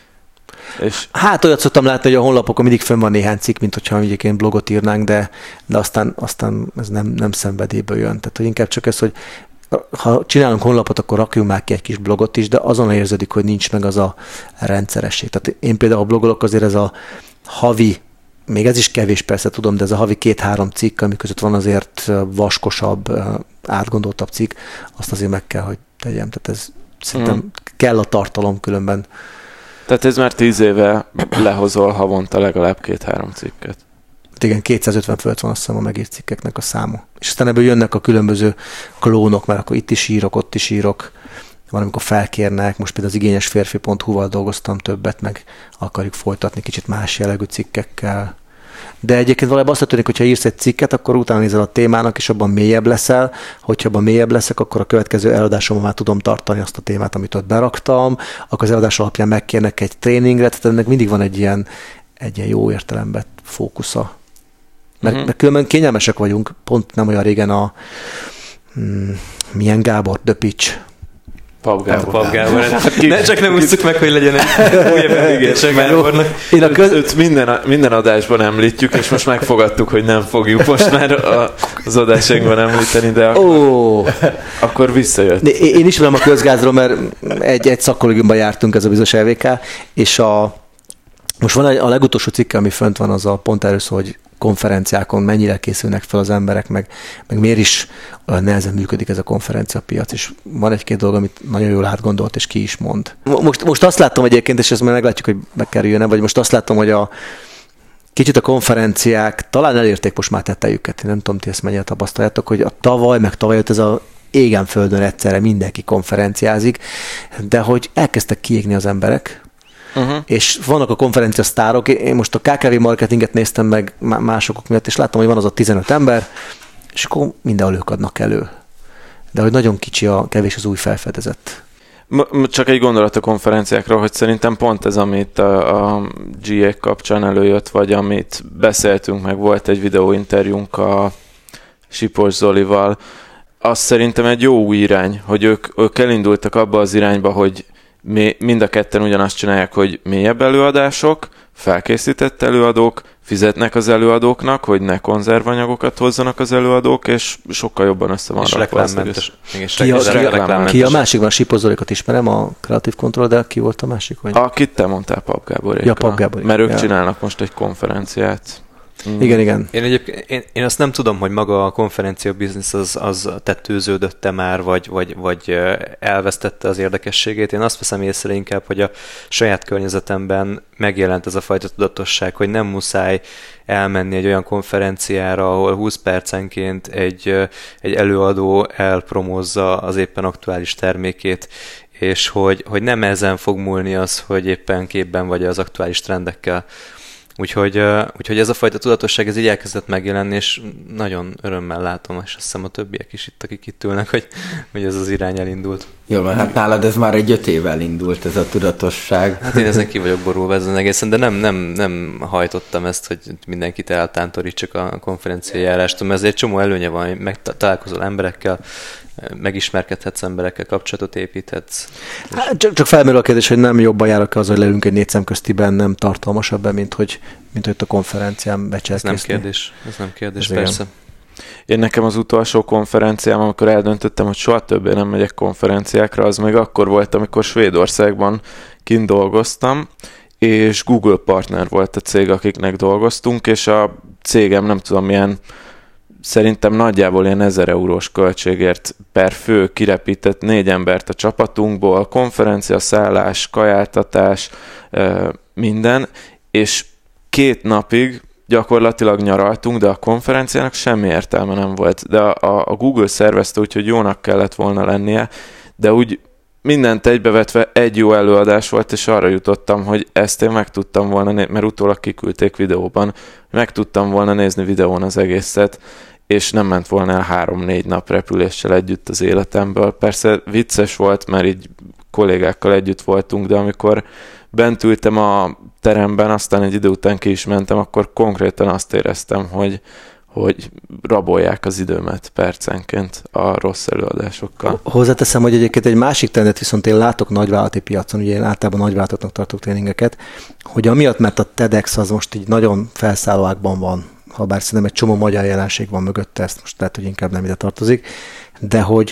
És... Hát olyat szoktam látni, hogy a honlapokon mindig fönn van néhány cikk, mint hogyha egyébként blogot írnánk, de, de aztán, aztán ez nem, nem szenvedélyből jön. Tehát hogy inkább csak ez, hogy ha csinálunk honlapot, akkor rakjunk már ki egy kis blogot is, de azon érződik, hogy nincs meg az a rendszeresség. Tehát én például a blogolok, azért ez a havi, még ez is kevés persze tudom, de ez a havi két-három cikk, ami között van azért vaskosabb, átgondoltabb cikk, azt azért meg kell, hogy tegyem. Tehát ez szerintem mm. kell a tartalom különben. Tehát ez már tíz éve lehozol havonta legalább két-három cikket. Igen, kétszázötven fölött van azt hiszem a megírt cikkeknek a száma. És aztán ebből jönnek a különböző klónok, mert akkor itt is írok, ott is írok. Van, amikor felkérnek, most például az igényes férfi pont hu-val dolgoztam többet, meg akarjuk folytatni kicsit más jellegű cikkekkel. De egyébként valójában azt történik, hogyha írsz egy cikket, akkor utána nézel a témának, és abban mélyebb leszel. Hogyha abban mélyebb leszek, akkor a következő eladásomban már tudom tartani azt a témát, amit ott beraktam. Akkor az eladás alapján megkérnek egy tréningre, tehát ennek mindig van egy ilyen, egy ilyen jó értelemben fókusza. Mert, uh-huh. mert különben kényelmesek vagyunk, pont nem olyan régen a mm, milyen Gábor, The Pitch. Pap Gábor. Pap Gábor. Ne, csak nem ússzuk meg, hogy legyen egy újabb emlékezések Gábornak. Én a köz... Őt minden, minden adásban említjük, és most megfogadtuk, hogy nem fogjuk most már a, az adásainkban említeni, de akkor, oh. akkor visszajött. Én ismerem a közgázról, mert egy, egy szakkollégiumban jártunk, ez a bizonyos el vé ká, és a, most van a legutolsó cikke, ami fönt van, az a pont erről szól, hogy konferenciákon mennyire készülnek fel az emberek, meg, meg miért is nehezen működik ez a konferenciapiac, és van egy-két dolog, amit nagyon jól átgondolt, és ki is mond. Most, most azt látom egyébként, és ezt már meglátjuk, hogy bekerüljön-e, vagy most azt látom, hogy a kicsit a konferenciák talán elérték most már tetejüket. Én nem tudom, ti ezt mennyire tapasztaljátok, hogy a tavaly, meg tavaly jött ez a égen földön egyszerre mindenki konferenciázik, de hogy elkezdtek kiégni az emberek, Uh-huh. és vannak a konferencia sztárok, én most a ká ká vé marketinget néztem meg másokok miatt, és láttam, hogy van az a tizenöt ember, és akkor mindenhol ők adnak elő. De hogy nagyon kicsi a kevés az új felfedezett. Csak egy gondolat a konferenciákról, hogy szerintem pont ez, amit a, a gé á kapcsán előjött, vagy amit beszéltünk, meg volt egy videóinterjúnk a Sipos Zolival, az szerintem egy jó új irány, hogy ők, ők elindultak abba az irányba, hogy mind a ketten ugyanazt csinálják, hogy mélyebb előadások, felkészített előadók, fizetnek az előadóknak, hogy ne konzervanyagokat hozzanak az előadók, és sokkal jobban össze van rakva. Ki, a, ki a másik van? A Sipos Zolikat ismerem, a Creative Control, de ki volt a másik? Vagy? Akit te mondtál, Pap Gáborékkal. Ja, Pap Gáborék. Mert ők ja. csinálnak most egy konferenciát. Mm. Igen, igen. Én egyébként én, én azt nem tudom, hogy maga a konferencia biznisz az, az tettőződötte már, vagy, vagy, vagy elvesztette az érdekességét. Én azt veszem észre inkább, hogy a saját környezetemben megjelent ez a fajta tudatosság, hogy nem muszáj elmenni egy olyan konferenciára, ahol húsz percenként egy, egy előadó elpromózza az éppen aktuális termékét, és hogy, hogy nem ezen fog múlni az, hogy éppen képben vagy az aktuális trendekkel. Úgyhogy, uh, úgyhogy ez a fajta tudatosság ez így elkezdett megjelenni, és nagyon örömmel látom, és azt hiszem a többiek is itt, akik itt ülnek, hogy, hogy ez az irány elindult. Jó, mert hát nálad ez már egy öt évvel indult, ez a tudatosság. Hát én ezen ki vagyok borulva ezen egészen, de nem, nem, nem hajtottam ezt, hogy mindenkit eltántorítsak a konferenciai járástól, mert ez egy csomó előnye van, hogy megtalálkozol emberekkel, megismerkedhetsz emberekkel, kapcsolatot építhetsz. Hát, csak, csak felmerül a kérdés, hogy nem jobban járok az, hogy leülünk egy négy szemköztiben, nem tartalmasabb be, mint hogy, mint hogy a konferencián becselkészni. Ez nem kérdés, ez nem kérdés, ez persze. Igen. Én nekem az utolsó konferenciám, amikor eldöntöttem, hogy soha többé nem megyek konferenciákra, az még akkor volt, amikor Svédországban kint dolgoztam, és Google partner volt a cég, akiknek dolgoztunk, és a cégem nem tudom milyen, szerintem nagyjából ilyen ezer eurós költségért per fő kirepített négy embert a csapatunkból, konferencia, szállás, kajáltatás, minden, és két napig gyakorlatilag nyaraltunk, de a konferenciának semmi értelme nem volt. De a, a Google szervezte, úgyhogy jónak kellett volna lennie, de úgy mindent egybevetve egy jó előadás volt, és arra jutottam, hogy ezt én meg tudtam volna nézni, mert utólag kiküldték videóban, meg tudtam volna nézni videón az egészet, és nem ment volna el három-négy nap repüléssel együtt az életemből. Persze vicces volt, mert így kollégákkal együtt voltunk, de amikor bent ültem a teremben, aztán egy idő után ki is mentem, akkor konkrétan azt éreztem, hogy, hogy rabolják az időmet percenként a rossz előadásokkal. Hozzáteszem, hogy egyébként egy másik trendet viszont én látok nagyvállalati piacon, ugye én általában nagyvállalatoknak tartok tréningeket, hogy amiatt, mert a TEDx az most így nagyon felszállóákban van, ha bár szerintem egy csomó magyar jelenség van mögötte, ezt most lehet, hogy inkább nem ide tartozik, de hogy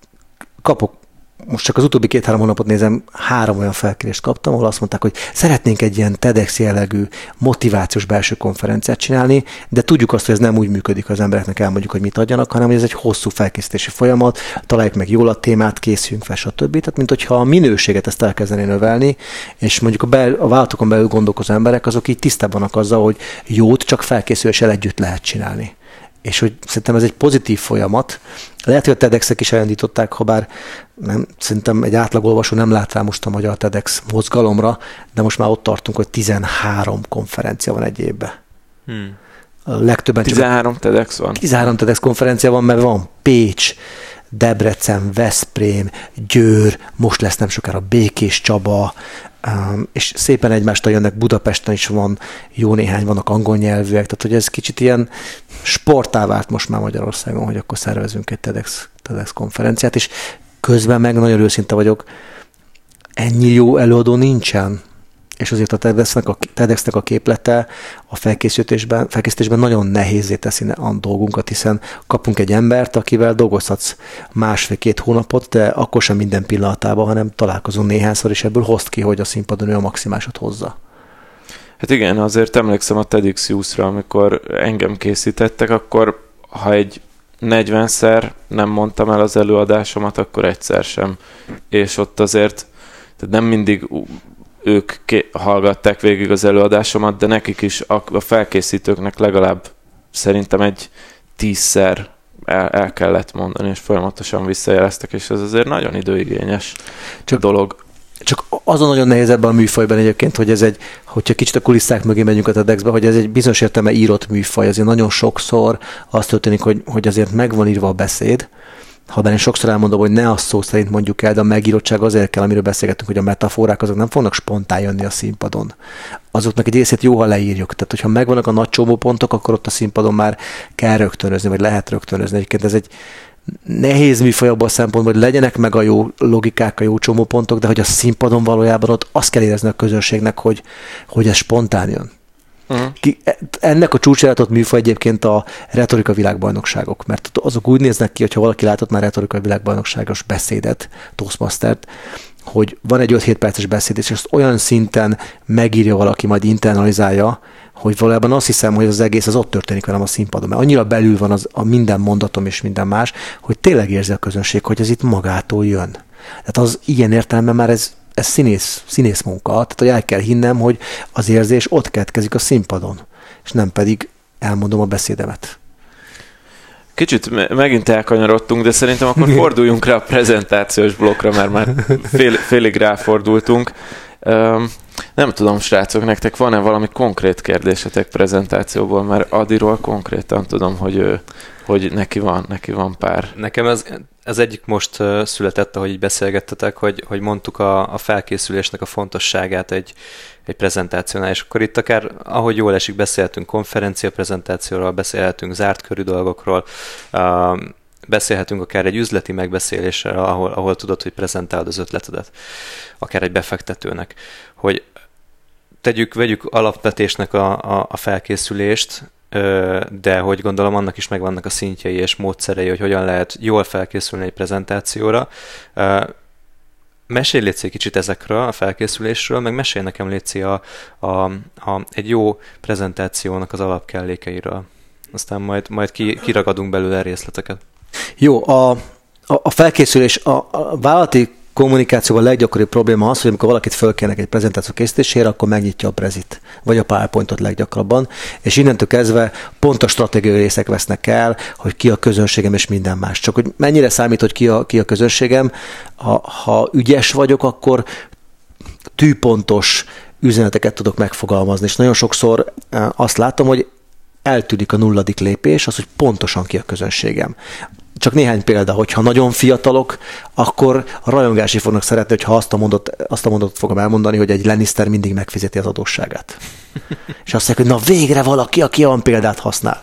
kapok, most csak az utóbbi két-három hónapot nézem, három olyan felkérést kaptam, ahol azt mondták, hogy szeretnénk egy ilyen TEDx jellegű motivációs belső konferenciát csinálni, de tudjuk azt, hogy ez nem úgy működik, hogy az embereknek elmondjuk, hogy mit adjanak, hanem hogy ez egy hosszú felkészítési folyamat, találjuk meg jól a témát, készüljünk fel, stb. Tehát, mint hogyha a minőséget ezt elkezdené növelni, és mondjuk a, bel, a vállalatokon belül gondolkozó emberek, azok így tisztában vannak azzal, hogy jót csak felkészüléssel együtt lehet csinálni. És hogy szerintem ez egy pozitív folyamat. Lehet, hogy a TEDx-ek is elindították, ha bár nem, szerintem egy átlagolvasó nem lát rá most a magyar TEDx mozgalomra, de most már ott tartunk, hogy tizenhárom konferencia van egy évben. Hmm. A legtöbben tizenhárom TEDx van? tizenhárom TEDx konferencia van, mert van Pécs, Debrecen, Veszprém, Győr, most lesz nem sokára Békés Csaba, Um, és szépen egymástól jönnek, Budapesten is van, jó néhány vannak angol nyelvűek, tehát hogy ez kicsit ilyen sportá vált most már Magyarországon, hogy akkor szervezünk egy TEDx, TEDx konferenciát, és közben meg nagyon őszinte vagyok, ennyi jó előadó nincsen, és azért a TEDx-nek a, TEDx-nek a képlete a felkészítésben, felkészítésben nagyon nehézzé teszi a dolgunkat, hiszen kapunk egy embert, akivel dolgozhatsz másfél-két hónapot, de akkor sem minden pillanatában, hanem találkozunk néhányszor, és ebből hozd ki, hogy a színpadon ő a maximálisat hozza. Hát igen, azért emlékszem a TEDx Youth-ra, amikor engem készítettek, akkor ha egy negyvenszer nem mondtam el az előadásomat, akkor egyszer sem. És ott azért tehát nem mindig ők ké- hallgatták végig az előadásomat, de nekik is, a, a felkészítőknek legalább szerintem egy tízszer el, el kellett mondani, és folyamatosan visszajeleztek, és ez azért nagyon időigényes csak, dolog. Csak azon nagyon nehéz ebben a műfajban egyébként, hogy ez egy, hogyha kicsit a kulisszák mögé megyünk a TEDxbe, hogy ez egy bizonyos értelme írott műfaj, azért nagyon sokszor az történik, hogy, hogy azért meg van írva a beszéd, ha bár én sokszor elmondom, hogy ne azt szó szerint mondjuk el, de a megírottság azért kell, amiről beszélgetünk, hogy a metaforák azok nem fognak spontán jönni a színpadon. Azoknak egy részét jó, ha leírjuk. Tehát, hogyha megvannak a nagy csomópontok, akkor ott a színpadon már kell rögtönözni, vagy lehet rögtönözni. Egyébként ez egy nehéz műfaj abban a szempontból, hogy legyenek meg a jó logikák, a jó csomópontok, de hogy a színpadon valójában ott azt kell érezni a közönségnek, hogy, hogy ez spontán jön. Uh-huh. Ki, ennek a csúcsjáratott műfaj egyébként a retorika világbajnokságok, mert azok úgy néznek ki, hogyha valaki látott már retorika világbajnokságos beszédet, Toastmastert, hogy van egy öt-hét perces beszéd, és ezt olyan szinten megírja valaki, majd internalizálja, hogy valójában azt hiszem, hogy az egész az ott történik velem a színpadon, mert annyira belül van az, a minden mondatom és minden más, hogy tényleg érzi a közönség, hogy ez itt magától jön. Tehát az ilyen értelemben már ez, ez színész, színész munka, tehát hogy el kell hinnem, hogy az érzés ott keletkezik a színpadon, és nem pedig elmondom a beszédemet. Kicsit me- megint elkanyarodtunk, de szerintem akkor forduljunk rá a prezentációs blokkra, mert már fél, félig ráfordultunk. Um, nem tudom, srácok, nektek van-e valami konkrét kérdésetek prezentációból, mert Adiról konkrétan tudom, hogy, hogy neki van, neki van pár. Nekem ez, ez egyik most született, ahogy így beszélgettetek, hogy, hogy mondtuk a, a felkészülésnek a fontosságát egy, egy prezentációnál, és akkor itt akár, ahogy jól esik, beszélhetünk konferencia prezentációról, beszélhetünk zárt körű dolgokról, uh, beszélhetünk akár egy üzleti megbeszélésről, ahol, ahol tudod, hogy prezentálod az ötletedet, akár egy befektetőnek, hogy tegyük, vegyük alapvetésnek a, a, a felkészülést, de hogy gondolom annak is megvannak a szintjei és módszerei, hogy hogyan lehet jól felkészülni egy prezentációra. Mesélj létszik egy kicsit ezekről a felkészülésről, meg mesélj nekem létszik a, a, a, egy jó prezentációnak az alapkellékeiről. Aztán majd, majd ki, kiragadunk belőle részleteket. Jó, a, a, a felkészülés, a, a vállalati kommunikációban a leggyakoribb probléma az, hogy amikor valakit fölkérnek egy prezentáció készítésére, akkor megnyitja a prezit, vagy a PowerPointot leggyakrabban, és innentől kezdve pont a stratégiai részek vesznek el, hogy ki a közönségem és minden más. Csak hogy mennyire számít, hogy ki a, ki a közönségem, ha, ha ügyes vagyok, akkor tűpontos üzeneteket tudok megfogalmazni, és nagyon sokszor azt látom, hogy eltűnik a nulladik lépés, az, hogy pontosan ki a közönségem. Csak néhány példa, hogyha nagyon fiatalok, akkor a rajongásí fognak szeretni, hogyha azt a, mondat, azt a mondatot fogom elmondani, hogy egy Lannister mindig megfizeti az adósságát. És azt mondják, hogy na végre valaki, aki olyan példát használ.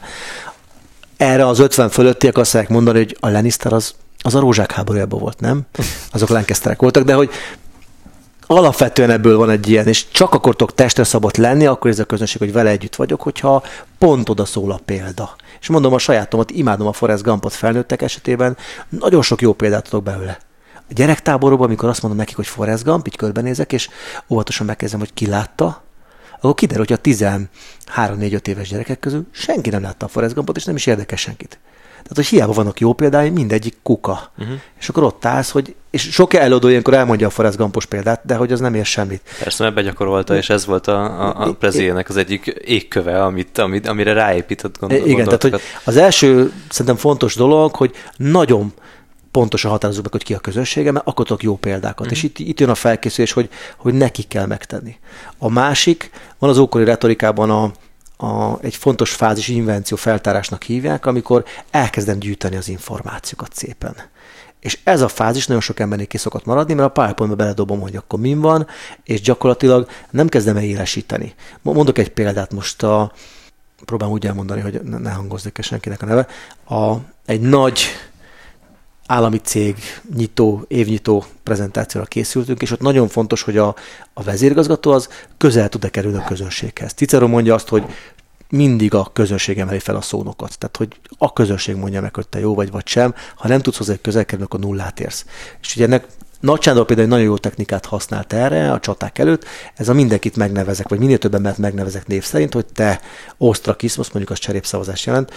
Erre az ötven fölöttiek azt mondják mondani, hogy a Lannister az, az a rózsák háborújában volt, nem? Azok Lancasterek voltak, de hogy alapvetően ebből van egy ilyen, és csak akkor tudok testre szabott lenni, akkor ez a közönség, hogy vele együtt vagyok, hogyha pont oda szól a példa. És mondom a sajátomat, imádom a Forrest Gumpot felnőttek esetében, nagyon sok jó példát tudok belőle. A gyerektáborokban, amikor azt mondom nekik, hogy Forrest Gump, így körbenézek, és óvatosan megkezdem, hogy ki látta, akkor kiderül, hogy a tizenhárom-négy-öt éves gyerekek közül senki nem látta a Forrest Gumpot, és nem is érdekel senkit. Tehát, hogy hiába vannak jó példáim, mindegyik kuka. Uh-huh. És akkor ott állsz, hogy, és sok előadó ilyenkor elmondja a Forrest Gumpos példát, de hogy az nem ér semmit. Persze, mert begyakorolta, és ez volt a, a, a prezének az egyik égköve, amit, amit, amire ráépített gondol, igen, tehát hogy az első szerintem fontos dolog, hogy nagyon pontosan határozzuk meg, hogy ki a közönsége, mert akkor tudok jó példákat. Uh-huh. És itt, itt jön a felkészülés, hogy, hogy neki kell megtenni. A másik, van az ókori retorikában a A, egy fontos fázis, invenció feltárásnak hívják, amikor elkezdem gyűjteni az információkat szépen. És ez a fázis nagyon sok embernél ki szokott maradni, mert a PowerPoint-ba beledobom, hogy akkor min van, és gyakorlatilag nem kezdem el élesíteni. Mondok egy példát most, a, próbálom úgy elmondani, hogy ne, ne hangozzék senkinek a neve. A, egy nagy állami cég nyitó, évnyitó prezentációra készültünk, és ott nagyon fontos, hogy a, a vezérigazgató az közel tud-e kerülni a közönséghez. Cicero mondja azt, hogy mindig a közönség emeli fel a szónokat. Tehát, hogy a közönség mondja meg, hogy te jó vagy, vagy sem. Ha nem tudsz hozzá közel kerülni, akkor nullát érsz. És ugye ennek Nagy Sándor például egy nagyon jó technikát használt erre a csaták előtt. Ez a mindenkit megnevezek, vagy minél több embert megnevezek név szerint, hogy te Osztrakisz, most mondjuk az cserépszavazás jelent,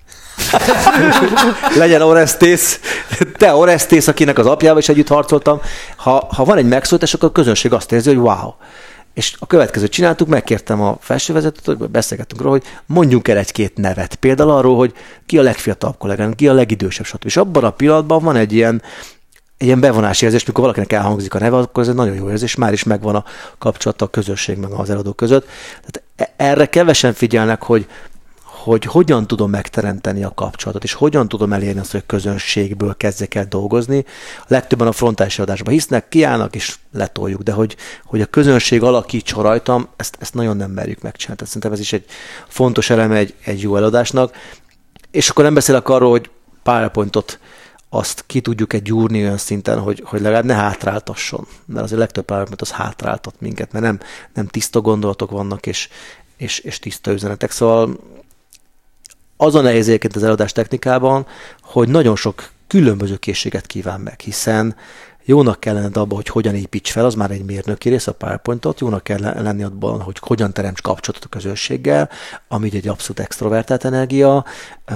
legyen Orestész, te Orestész, akinek az apjával is együtt harcoltam. Ha, ha van egy megszólítás, akkor a közönség azt érzi, hogy wow. És a következőt csináltuk, megkértem a felsővezetőt, hogy beszélgettünk róla, hogy mondjunk el egy-két nevet. Például arról, hogy ki a legfiatalabb kollégánk, ki a legidősebb, stb. És abban a pillanatban van egy ilyen, egy ilyen bevonási érzés, mikor valakinek elhangzik a neve, akkor ez egy nagyon jó érzés, már is megvan a kapcsolat a közösség meg az eladó között. Tehát erre kevesen figyelnek, hogy hogy hogyan tudom megteremteni a kapcsolatot, és hogyan tudom elérni azt, hogy a közönségből kezdjek el dolgozni. A legtöbben a frontális adásban hisznek, kiállnak, és letoljuk, de hogy, hogy a közönség alakítson rajtam, ezt, ezt nagyon nem merjük megcsinálni. Tehát szerintem ez is egy fontos eleme egy, egy jó eladásnak. És akkor nem beszélek arról, hogy PowerPointot azt ki tudjuk-e gyúrni olyan szinten, hogy, hogy legalább ne hátráltasson. Mert azért legtöbb PowerPoint az hátráltat minket, mert nem, nem tiszta gondolatok vannak, és, és, és tiszta üzenetek. Szóval az a nehéz egyébként az előadás technikában, hogy nagyon sok különböző készséget kíván meg, hiszen jónak kell lenned abban, hogy hogyan építs fel, az már egy mérnöki rész a PowerPointot, jónak kell lenni abban, hogy hogyan teremts kapcsolatot a közösséggel, ami egy abszolút extrovertált energia,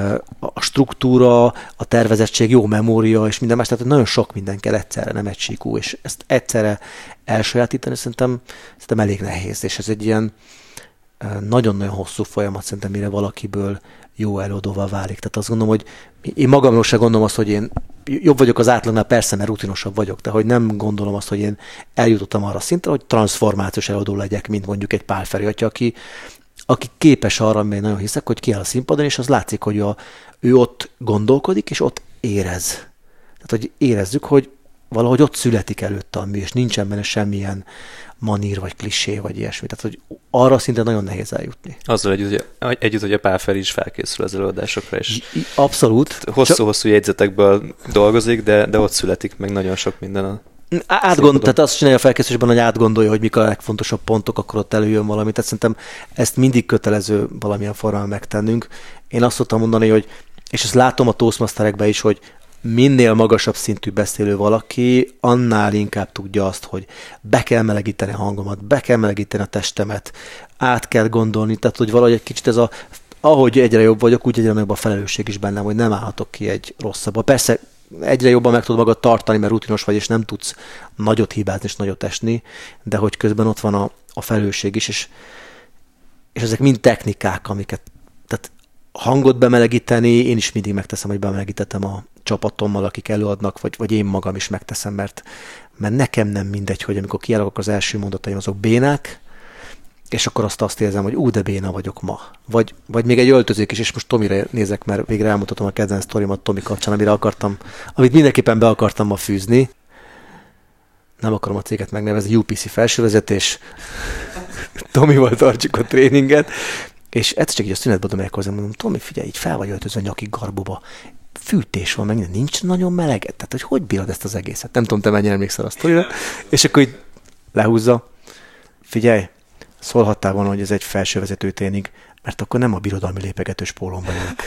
a struktúra, a tervezettség, jó memória és minden más, tehát nagyon sok minden kell egyszerre, nem egysíkú, és ezt egyszerre elsajátítani szerintem, szerintem elég nehéz, és ez egy ilyen nagyon-nagyon hosszú folyamat szerintem, mire valakiből jó előadóval válik. Tehát azt gondolom, hogy én magamról sem gondolom azt, hogy én jobb vagyok az átlagnál, persze, mert rutinosabb vagyok, de hogy nem gondolom azt, hogy én eljutottam arra szintre, hogy transformációs előadó legyek, mint mondjuk egy Pál Feri atya, aki, aki képes arra, mert nagyon hiszek, hogy kiáll a színpadon, és az látszik, hogy a, ő ott gondolkodik, és ott érez. Tehát, hogy érezzük, hogy valahogy ott születik előtte a mű, és nincsen benne semmilyen manír, vagy klisé, vagy ilyesmi. Tehát, hogy arra szinte nagyon nehéz eljutni. Azzal együtt, hogy, együtt, hogy a Pál Feri is felkészül az előadásokra, és abszolút. Hosszú-hosszú csak... jegyzetekből dolgozik, de, de ott születik meg nagyon sok minden a Átgond, tehát azt csinálja a felkészülésben, hogy átgondolja, hogy mik a legfontosabb pontok, akkor ott előjön valami. Tehát szerintem ezt mindig kötelező valamilyen formában megtennünk. Én azt szoktam mondani, hogy, és ezt látom a Toastmasterekben is, hogy minél magasabb szintű beszélő valaki, annál inkább tudja azt, hogy be kell melegíteni a hangomat, be kell melegíteni a testemet, át kell gondolni, tehát hogy valahogy egy kicsit ez a, ahogy egyre jobb vagyok, úgy egyre nagyobb a felelősség is bennem, hogy nem állhatok ki egy rosszabbba. Persze egyre jobban meg tudod magad tartani, mert rutinos vagy, és nem tudsz nagyot hibázni és nagyot esni, de hogy közben ott van a, a felelősség is, és, és ezek mind technikák, amiket, tehát hangot bemelegíteni, én is mindig megteszem, hogy bemelegítettem a csapatommal, akik előadnak, vagy, vagy én magam is megteszem, mert, mert nekem nem mindegy, hogy amikor kiállok, akkor az első mondataim azok bénák, és akkor azt azt érzem, hogy ú, de béna vagyok ma. Vagy, vagy még egy öltözék is, és most Tomira nézek, mert végre elmutatom a kedvenc sztorimat Tomi kapcsán, amire akartam, amit mindenképpen be akartam ma fűzni. Nem akarom a céget megnevezni, U P C felsővezetés. Tomival tartjuk a tréninget, és egyszer csak így a szünetben adom elhozzám, mondom, Tomi, figyelj, így fel vagy öltözve nyakig garbóba. Fűtés van, meg minden, nincs nagyon meleged. Tehát, hogy hogy bírod ezt az egészet? Nem tudom, te mennyire emlékszel a sztorira. És akkor így lehúzza. Figyelj, szólhattál volna, hogy ez egy felsővezető tréning, mert akkor nem a birodalmi lépegetős pólómban ülök.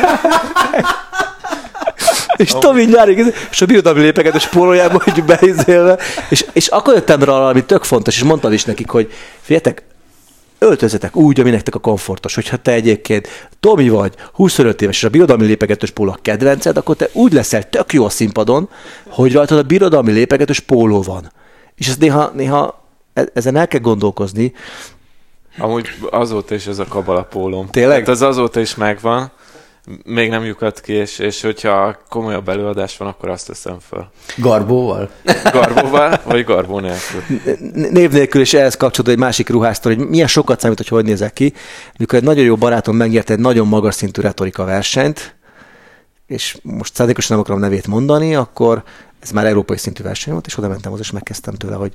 És oh. Tomi így válik, és a birodalmi lépegetős pólójában így beizélve. És, és akkor jöttem rá, ami tök fontos, és mondtam is nekik, hogy figyeljetek, öltözetek úgy, ami nektek a komfortos, hogyha te egyébként Tomi vagy, huszonöt éves, és a birodalmi lépegetős póló a kedvenced, akkor te úgy leszel tök jó a színpadon, hogy rajtad a birodalmi lépegetős póló van. És ezt néha, néha ezen el kell gondolkozni. Amúgy azóta is ez a kabala pólóm. Tényleg? Hát az azóta is megvan, még nem lyukadt ki, és, és hogyha komolyabb előadás van, akkor azt teszem fel. Garbóval? Garbóval, vagy garbó nélkül. Név nélkül, és ehhez kapcsolódó egy másik ruhásztól, hogy milyen sokat számít, hogy hogy nézek ki. Mikor egy nagyon jó barátom megnyerte egy nagyon magas szintű retorika versenyt, és most szándékosan nem akarom nevét mondani, akkor ez már európai szintű verseny volt, és oda mentem hozzá, és megkezdtem tőle, hogy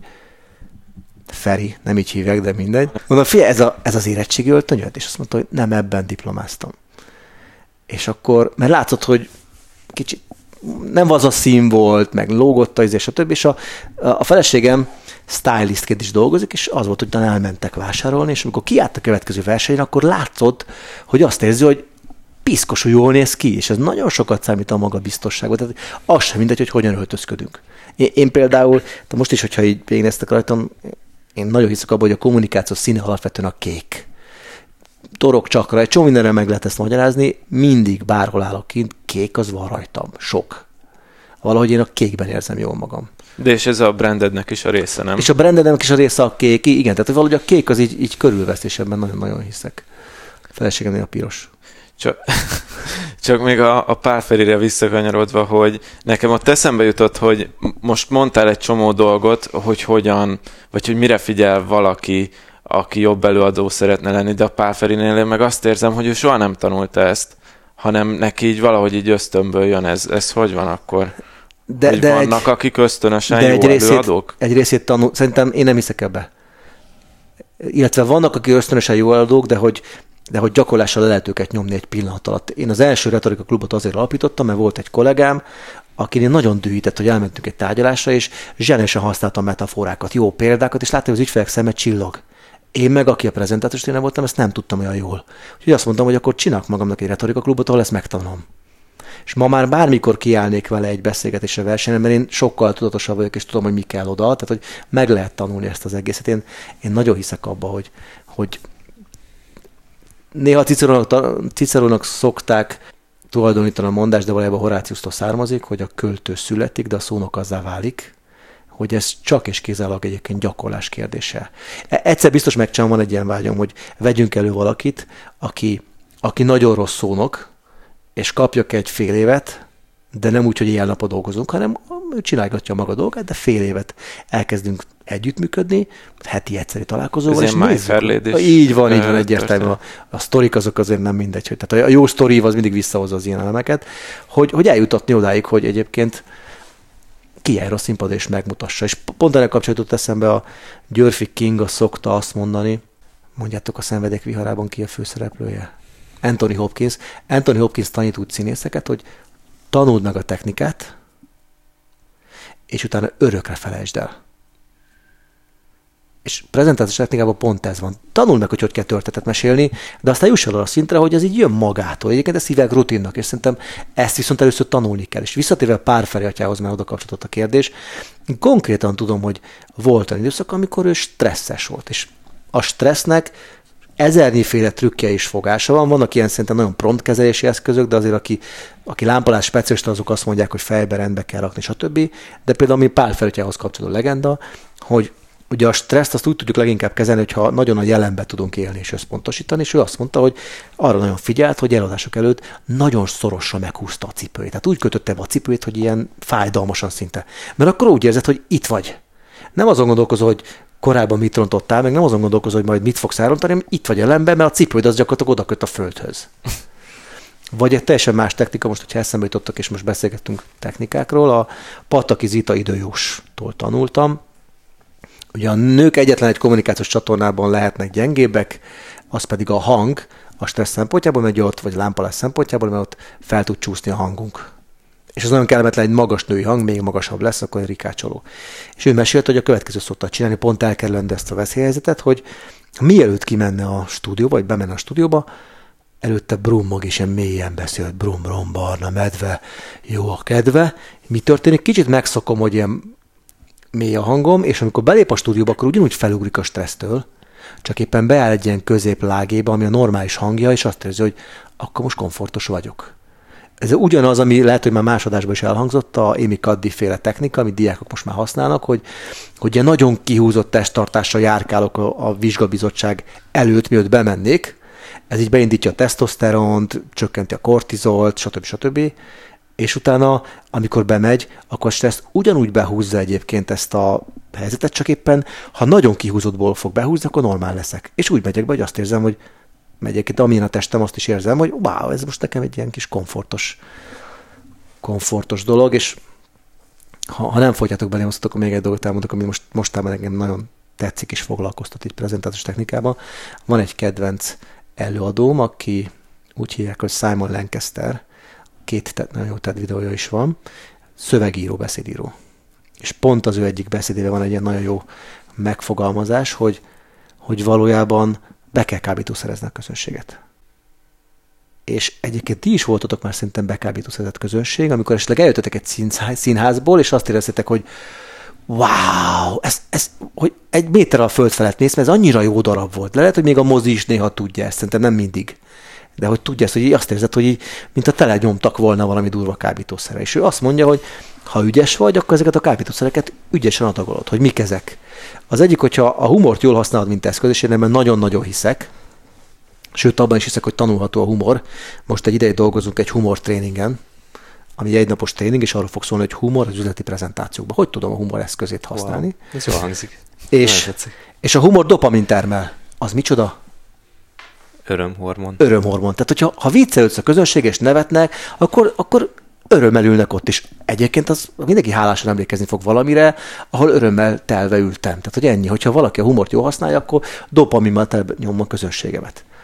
Feri, nem így hívják, de mindegy. Mondom, figyelj, ez, a, ez az érettségi öltönyöd? És azt mondta, hogy nem, ebben diplomáztam. És akkor, mert látszott, hogy kicsit nem az a szín volt, meg lógott az, és a többi, és a, a feleségem stylistként is dolgozik, és az volt, hogy elmentek vásárolni, és amikor kiállt a következő versenyre, akkor látszott, hogy azt érzi, hogy piszkosul jól néz ki, és ez nagyon sokat számít a magabiztosságot. Tehát az sem mindegy, hogy hogyan öltözködünk. Én, én például, de most is, hogyha így végignéztek rajtam, én nagyon hiszek abban, hogy a kommunikáció színe alapvetően a kék. Torok csakra, egy csomó mindenre meg lehet ezt magyarázni, mindig bárhol állok kint, kék az van rajtam, sok. Valahogy én a kékben érzem jól magam. De és ez a brandednek is a része, nem? És a brandednek is a része a kék, igen, tehát valahogy a kék az így, így körülvesz, és ebben nagyon-nagyon hiszek. A feleségemnél a piros. Csak, csak még a, a Pál Ferire visszakanyarodva, hogy nekem ott eszembe jutott, hogy most mondtál egy csomó dolgot, hogy hogyan, vagy hogy mire figyel valaki, aki jobb előadó szeretne lenni, de a Pál Ferinél én meg azt érzem, hogy ő soha nem tanulta ezt, hanem neki így valahogy így ösztönből jön ez. Ez hogy van akkor? De, hogy de vannak, egy, akik ösztönösen de jó egy részét, előadók? Egy részét tanul, szerintem én nem hiszek ebbe. Illetve vannak, akik ösztönösen jó előadók, de hogy de hogy gyakorlással le lehet őket nyomni egy pillanat alatt. Én az első retorika klubot azért alapítottam, mert volt egy kollégám, akinél nagyon dühített, hogy elmentünk egy tárgyalásra, és zseniálisan használtam metaforákat, jó példákat, és láttam, hogy az ügyfelek szeme csillog. Én meg, aki a prezentációs tréner voltam, ezt nem tudtam olyan jól. Úgyhogy azt mondtam, hogy akkor csinálok magamnak egy retorika klubot, ahol ezt megtanulom. És ma már bármikor kiállnék vele egy beszélgetésre versenyen, mert én sokkal tudatosabb vagyok, és tudom, hogy mi kell oda, tehát hogy meg lehet tanulni ezt az egészet. Én, én nagyon hiszek abba, hogy, hogy néha Cicerónak, Cicerónak szokták tulajdonítani a mondást, de valójában Horáciusztól származik, hogy a költő születik, de a szónok azzá válik, hogy ez csak és kizárólag egyébként gyakorlás kérdése. Egyszer biztos megcsinálom, van egy ilyen vágyam, hogy vegyünk elő valakit, aki, aki nagyon rossz szónok, és kapjak egy fél évet, de nem úgy, hogy ilyen napot dolgozunk, hanem ő csinálgatja maga dolgát, de fél évet elkezdünk együttműködni, heti egyszeri találkozóval. Ez ilyen májferléd. Így van, így van egyértelműen. A, a sztorik azok azért nem mindegy. Hogy, tehát a jó sztori az mindig visszahozza az ilyen elemeket, hogy, hogy eljutatni odáig, hogy egyébként kijár a színpad és megmutassa. És pont ennek kapcsolatot eszembe a Györfi Kinga szokta azt mondani, mondjátok a Szenvedék viharában ki a főszereplője? Anthony Hopkins. Anthony Hopkins tanít úgy színészeket, hogy tanuld meg a technikát, és utána örökre felejtsd el. És prezentációs technikában pont ez van. Tanuld meg, hogy hogy kell történetet mesélni, de aztán juss el arra szintre, hogy ez így jön magától. Egyébként ezt hívják rutinnak, és szerintem ezt viszont először tanulni kell. És visszatérve Pár Feri atyához, mert oda kapcsolatot a kérdés, én konkrétan tudom, hogy volt olyan időszak, amikor ő stresszes volt, és a stressznek ezernyi-féle trükkje és fogása van. Vannak ilyen szerintem nagyon prompt kezelési eszközök, de azért aki, aki lámpalás specialista, azok azt mondják, hogy fejbe rendbe kell rakni, stb. De például ami Pál Feri atyához kapcsolódó legenda, hogy ugye a stresszt azt úgy tudjuk leginkább kezelni, hogyha nagyon a jelenbe tudunk élni és összpontosítani, és ő azt mondta, hogy arra nagyon figyelt, hogy előadások előtt nagyon szorosan meghúzta a cipőjét. Tehát úgy kötötte be a cipőjét, hogy ilyen fájdalmasan szinte. Mert akkor úgy érzed, hogy itt vagy. Nem azon gondolkozol, hogy korábban mit rontottál, meg nem azon gondolkozol, hogy majd mit fogsz elrontani, hanem itt vagy jelenben, mert a cipőd az gyakorlatilag oda köt a földhöz. Vagy egy teljesen más technika, most, hogyha eszembe jutottak, és most beszélgettünk technikákról, a Pataki Zita időjóstól tanultam. Ugye a nők egyetlen egy kommunikációs csatornában lehetnek gyengébbek, az pedig a hang, a stressz szempontjából, mert ott, vagy lámpalás szempontjából, mert ott fel tud csúszni a hangunk. És az nagyon kellemetlen, egy magas női hang, még magasabb lesz, akkor egy rikácsoló. És ő mesélt, hogy a következő szokta csinálni, pont elkerülendő ezt a veszélyhelyzetet, hogy mielőtt kimenne a stúdióba, vagy bemenne a stúdióba, előtte brummog, és ilyen mélyen beszélt, brum, brum, barna medve, jó a kedve. Mi történik? Kicsit megszokom, hogy ilyen mély a hangom, és amikor belép a stúdióba, akkor ugyanúgy felugrik a stressztől, csak éppen beáll egy ilyen középlágéba, ami a normális hangja, és azt érzi, hogy akkor most komfortos vagyok. Ez ugyanaz, ami lehet, hogy már másodásban is elhangzott, a Amy Cuddy féle technika, amit diákok most már használnak, hogy, hogy ilyen nagyon kihúzott testtartással járkálok a, a vizsgabizottság előtt, mielőtt bemennék. Ez így beindítja a tesztoszteront, csökkenti a kortizolt, stb. stb. És utána, amikor bemegy, akkor a stressz ugyanúgy behúzza egyébként ezt a helyzetet, csak éppen, ha nagyon kihúzottból fog behúzni, akkor normál leszek. És úgy megyek be, hogy azt érzem, hogy megyek itt, amilyen a testem, azt is érzem, hogy wow, ez most nekem egy ilyen kis komfortos, komfortos dolog, és ha, ha nem folytjátok belém, azt akkor még egy dolgot elmondok, ami most, mostában engem nagyon tetszik és foglalkoztat itt prezentációs technikában. Van egy kedvenc előadóm, aki úgy hívják, hogy Simon Lancaster, két te- nagyon jó TED videója is van, szövegíró, beszédíró. És pont az ő egyik beszédében van egy ilyen nagyon jó megfogalmazás, hogy, hogy valójában be kell kábítószerezni a közönséget. És egyébként ti is voltatok már szerintem bekábítószerezett közönség, amikor esetleg eljöttetek egy színházból, és azt éreztétek, hogy wow, ez, ez, hogy egy méterrel a föld felett néz, mert ez annyira jó darab volt. Lehet, hogy még a mozi is néha tudja ezt, szerintem nem mindig. De hogy tudja ezt, hogy azt érzed, hogy így, mint a tele nyomtak volna valami durva kábítószerre. És ő azt mondja, hogy ha ügyes vagy, akkor ezeket a kábítószereket ügyesen adagolod, hogy mik ezek. Az egyik, hogyha a humort jól használod, mint eszköz, és én ebben nagyon-nagyon hiszek, sőt, abban is hiszek, hogy tanulható a humor. Most egy ideig dolgozunk egy humor tréningen, ami egy egynapos tréning, és arról fog szólni, hogy humor az üzleti prezentációkban. Hogy tudom a humor eszközét használni? Wow, ez jól hangzik. És, és a humor dopamin termel. Az micsoda? Örömhormon. Örömhormon. Tehát, hogyha ha viccelődsz a közönség, és nevetnek, akkor, akkor örömmel ülnek ott is. Egyébként az mindenki hálásan emlékezni fog valamire, ahol örömmel telve ültem. Tehát, hogy ennyi. Hogyha valaki a humort jól használja, akkor dopaminmal telve nyom a közönségemet.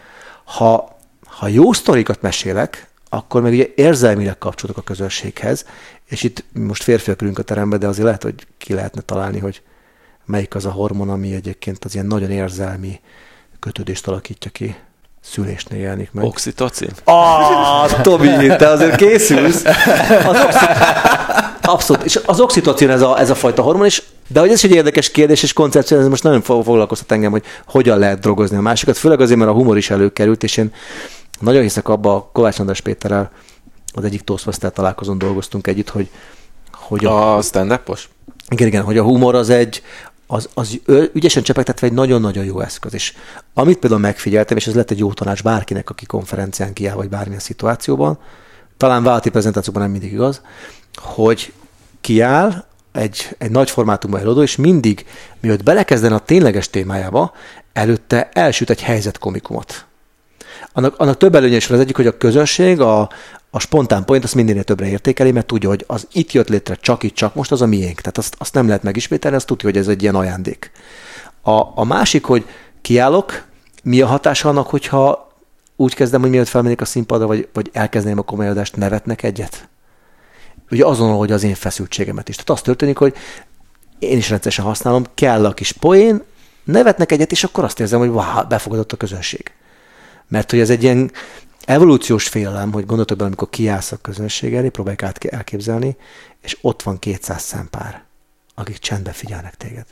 Ha, ha jó sztorikat mesélek, akkor meg ugye érzelmileg kapcsolódok a közönséghez, és itt most férfiak ülünk a teremben, de azért lehet, hogy ki lehetne találni, hogy melyik az a hormon, ami egyébként az ilyen nagyon érzelmi kötődést alakítja ki. Szülésnél jelenik meg. Oxitocin? Ah, Tomi, te azért készülsz. Az oxi... Abszolút. És az oxitocin ez a, ez a fajta hormon is, de hogy ez egy érdekes kérdés és koncepció, ez most nagyon foglalkoztat engem, hogy hogyan lehet drogozni a másikat, főleg azért, mert a humor is előkerült, és én nagyon hiszek abba, Kovács András Péterrel az egyik Toastmaster találkozón dolgoztunk együtt, hogy, hogy a, a stand-upos? Igen, igen, hogy a humor az egy, az, az ügyesen csepegtetve egy nagyon-nagyon jó eszköz. És amit például megfigyeltem, és ez lett egy jó tanács bárkinek, aki konferencián kiáll, vagy bármilyen szituációban, talán vállalati prezentációban nem mindig igaz, hogy kiáll egy, egy nagy formátumú előadó, és mindig, mielőtt belekezden a tényleges témájába, előtte elsüt egy helyzetkomikumot. Annak, annak több előnye is van, az egyik, hogy a közönség, a, a spontán point azt mindennél többre értékeli, mert tudja, hogy az itt jött létre csak itt, csak most, az a miénk. Tehát azt, azt nem lehet megismételni, azt tudja, hogy ez egy ilyen ajándék. A, a másik, hogy kiállok, mi a hatása annak, hogyha úgy kezdem, hogy mielőtt felmennék a színpadra, vagy, vagy elkezdeném a komoly előadást, nevetnek egyet? Ugye azonnal, hogy az én feszültségemet is. Tehát az történik, hogy én is rendszeresen használom, kell a kis poén, nevetnek egyet, és akkor azt érzem, hogy wow, befogadott a közönség. Mert hogy ez egy ilyen evolúciós félelem, hogy gondoltok bele, amikor kiállsz a közönség elé, próbáljuk át elképzelni, és ott van kétszáz szempár, akik csendben figyelnek téged.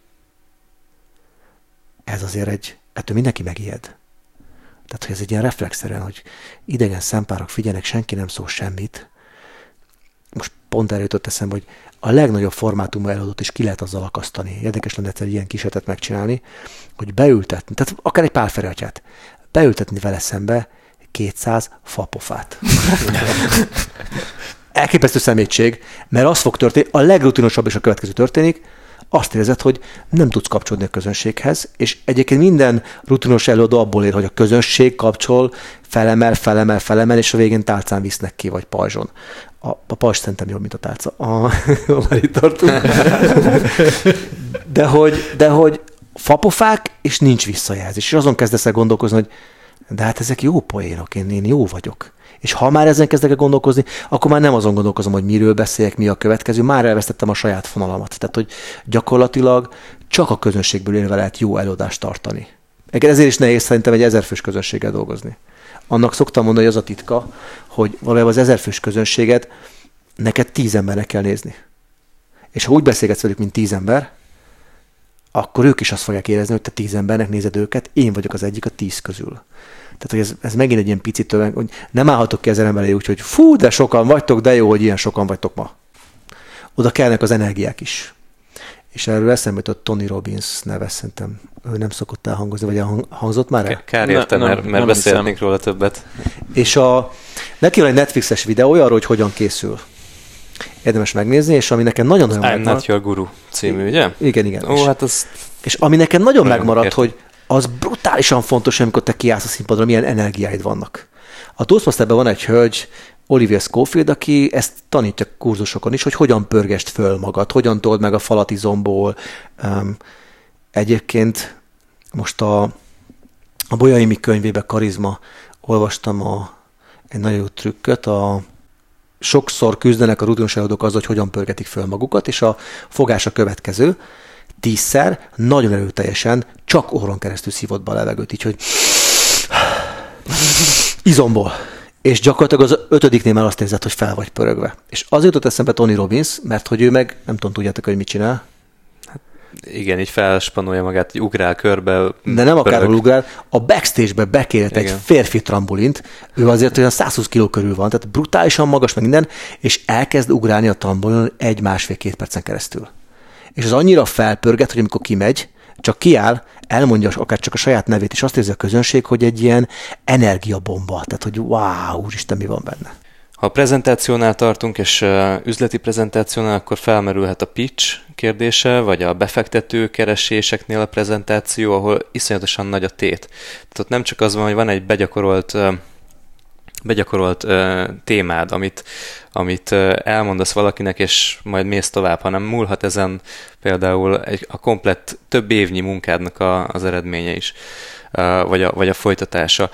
Ez azért egy, ettől mindenki megijed. Tehát, hogy ez egy ilyen reflexzerűen, hogy idegen szempárok figyelnek, senki nem szól semmit. Most pont erről jutott eszembe, hogy a legnagyobb formátumú előadót is ki lehet azzal akasztani. Érdekes lenne egyszer ilyen kísérletet megcsinálni, hogy beültetni, tehát akár egy Pál Feri atyát, beültetni vele szembe kétszáz fapofát. Elképesztő szemétség, mert az fog történni, a legrutinosabb és a következő történik, azt érzed, hogy nem tudsz kapcsolódni a közönséghez, és egyébként minden rutinos előadó abból ér, hogy a közönség kapcsol, felemel, felemel, felemel, és a végén tálcán visznek ki, vagy pajzson. A, a pajzs szerintem jobb, mint a tálca. A, már itt tartunk. De hogy, de hogy fapofák, és nincs visszajelzés. És azon kezdesz el gondolkozni, hogy de hát ezek jó poénok, én, én jó vagyok. És ha már ezen kezdek el gondolkozni, akkor már nem azon gondolkozom, hogy miről beszéljek, mi a következő, már elvesztettem a saját fonalamat. Tehát, hogy gyakorlatilag csak a közönségből élve lehet jó előadást tartani. Ezért is nehéz szerintem egy ezerfős közönséggel dolgozni. Annak szoktam mondani, hogy az a titka, hogy valójában az ezerfős közönséget neked tíz embernek kell nézni. És ha úgy beszélgetsz velük, mint tíz ember, akkor ők is azt fogják érezni, hogy te tíz embernek nézed őket, én vagyok az egyik a tíz közül. Tehát, hogy ez, ez megint egy ilyen picit tőle, hogy nem állhatok ki ezer ember elé úgy, hogy fú, de sokan vagytok, de jó, hogy ilyen sokan vagytok ma. Oda kellnek az energiák is. És erről eszembe jutott Tony Robbins neve, szerintem ő nem szokott elhangozni, vagy hangzott már el? Kár érte, ne, mert, mert beszélnénk róla többet. És a, neki van egy Netflixes videója arról, hogy hogyan készül. Érdemes megnézni, és ami nekem nagyon-nagyon megmaradt... I'm not your guru című, ugye? Igen, igen. Ó, és, hát az... és ami nekem nagyon, nagyon megmaradt, értem. hogy az brutálisan fontos, amikor te kiállsz a színpadra, milyen energiáid vannak. A Toastmasterben van egy hölgy, Olivia Schofield, aki ezt tanítja kurzusokon is, hogy hogyan pörgest föl magad, hogyan told meg a falat izomból. Um, egyébként most a, a Bolyai könyvébe, Karizma, olvastam a, egy nagyon jó trükköt, a sokszor küzdenek a rutinos előadók az, hogy hogyan pörgetik föl magukat, és a fogás a következő. Tízszer nagyon erőteljesen csak orron keresztül szívod be a levegőt, így, hogy izomból. És gyakorlatilag az ötödiknél már azt érzed, hogy fel vagy pörögve. És az jutott eszembe Tony Robbins, mert hogy ő meg, nem tudom, tudjátok, hogy mit csinál. Igen, így felspanolja magát, így ugrál körbe. De nem akárhol ugrál. A backstage-be bekérhet egy férfi trambolint, ő azért olyan száz húsz kiló körül van, tehát brutálisan magas meg minden, és elkezd ugrálni a trambolin egy másfél-két percen keresztül. És az annyira felpörget, hogy amikor kimegy, csak kiáll, elmondja akár csak a saját nevét, és azt érzi a közönség, hogy egy ilyen energiabomba. Tehát, hogy wow, úristen, mi van benne. Ha a prezentációnál tartunk, és uh, üzleti prezentációnál, akkor felmerülhet a pitch kérdése, vagy a befektető kereséseknél a prezentáció, ahol iszonyatosan nagy a tét. Tehát ott nem csak az van, hogy van egy begyakorolt, uh, begyakorolt uh, témád, amit, amit uh, elmondasz valakinek, és majd mész tovább, hanem múlhat ezen például egy, a komplett több évnyi munkádnak a, az eredménye is, uh, vagy, a, vagy a folytatása.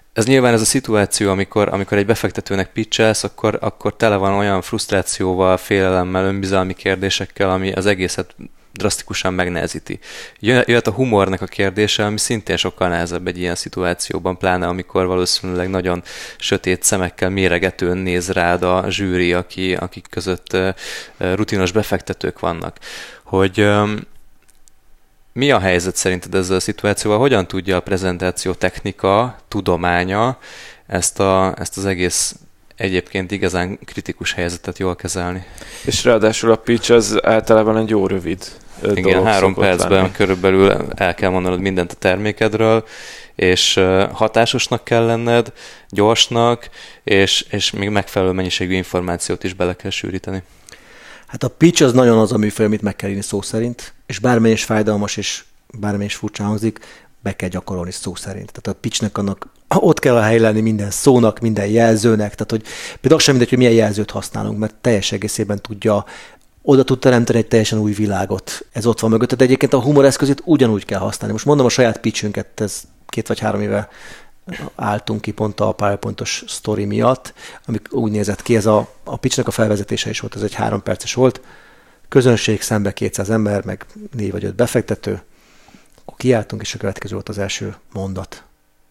Ez nyilván ez a szituáció, amikor, amikor egy befektetőnek pitchelsz, akkor, akkor tele van olyan frusztrációval, félelemmel, önbizalmi kérdésekkel, ami az egészet drasztikusan megnehezíti. Jöhet a humornak a kérdése, ami szintén sokkal nehezebb egy ilyen szituációban, pláne amikor valószínűleg nagyon sötét szemekkel méregetően néz rád a zsűri, aki, akik között rutinos befektetők vannak. Hogy mi a helyzet szerinted ezzel a szituációval? Hogyan tudja a prezentáció technika, tudománya ezt, a, ezt az egész egyébként igazán kritikus helyzetet jól kezelni? És ráadásul a pitch az általában egy jó rövid dolog. Igen, három percben lenni. Körülbelül el kell mondanod mindent a termékedről, és hatásosnak kell lenned, gyorsnak, és, és még megfelelő mennyiségű információt is bele kell sűríteni. Hát a pitch az nagyon az a műfaj, amit meg kell írni szó szerint, és bármilyen is fájdalmas, és bármilyen is furcsa hangzik, be kell gyakorolni szó szerint. Tehát a pitchnek annak ott kell a hely lenni minden szónak, minden jelzőnek, tehát hogy például sem mindegy, hogy milyen jelzőt használunk, mert teljes egészében tudja, oda tud teremteni egy teljesen új világot. Ez ott van mögött, tehát egyébként a humor eszközét ugyanúgy kell használni. Most mondom a saját pitchünket, ez két vagy három éve álltunk ki pont a PowerPointos sztori miatt, ami úgy nézett ki, ez a, a pitchnek a felvezetése is volt, ez egy három perces volt, közönség, szembe kétszáz ember, meg négy vagy öt befektető, akkor kiálltunk, és a következő volt az első mondat.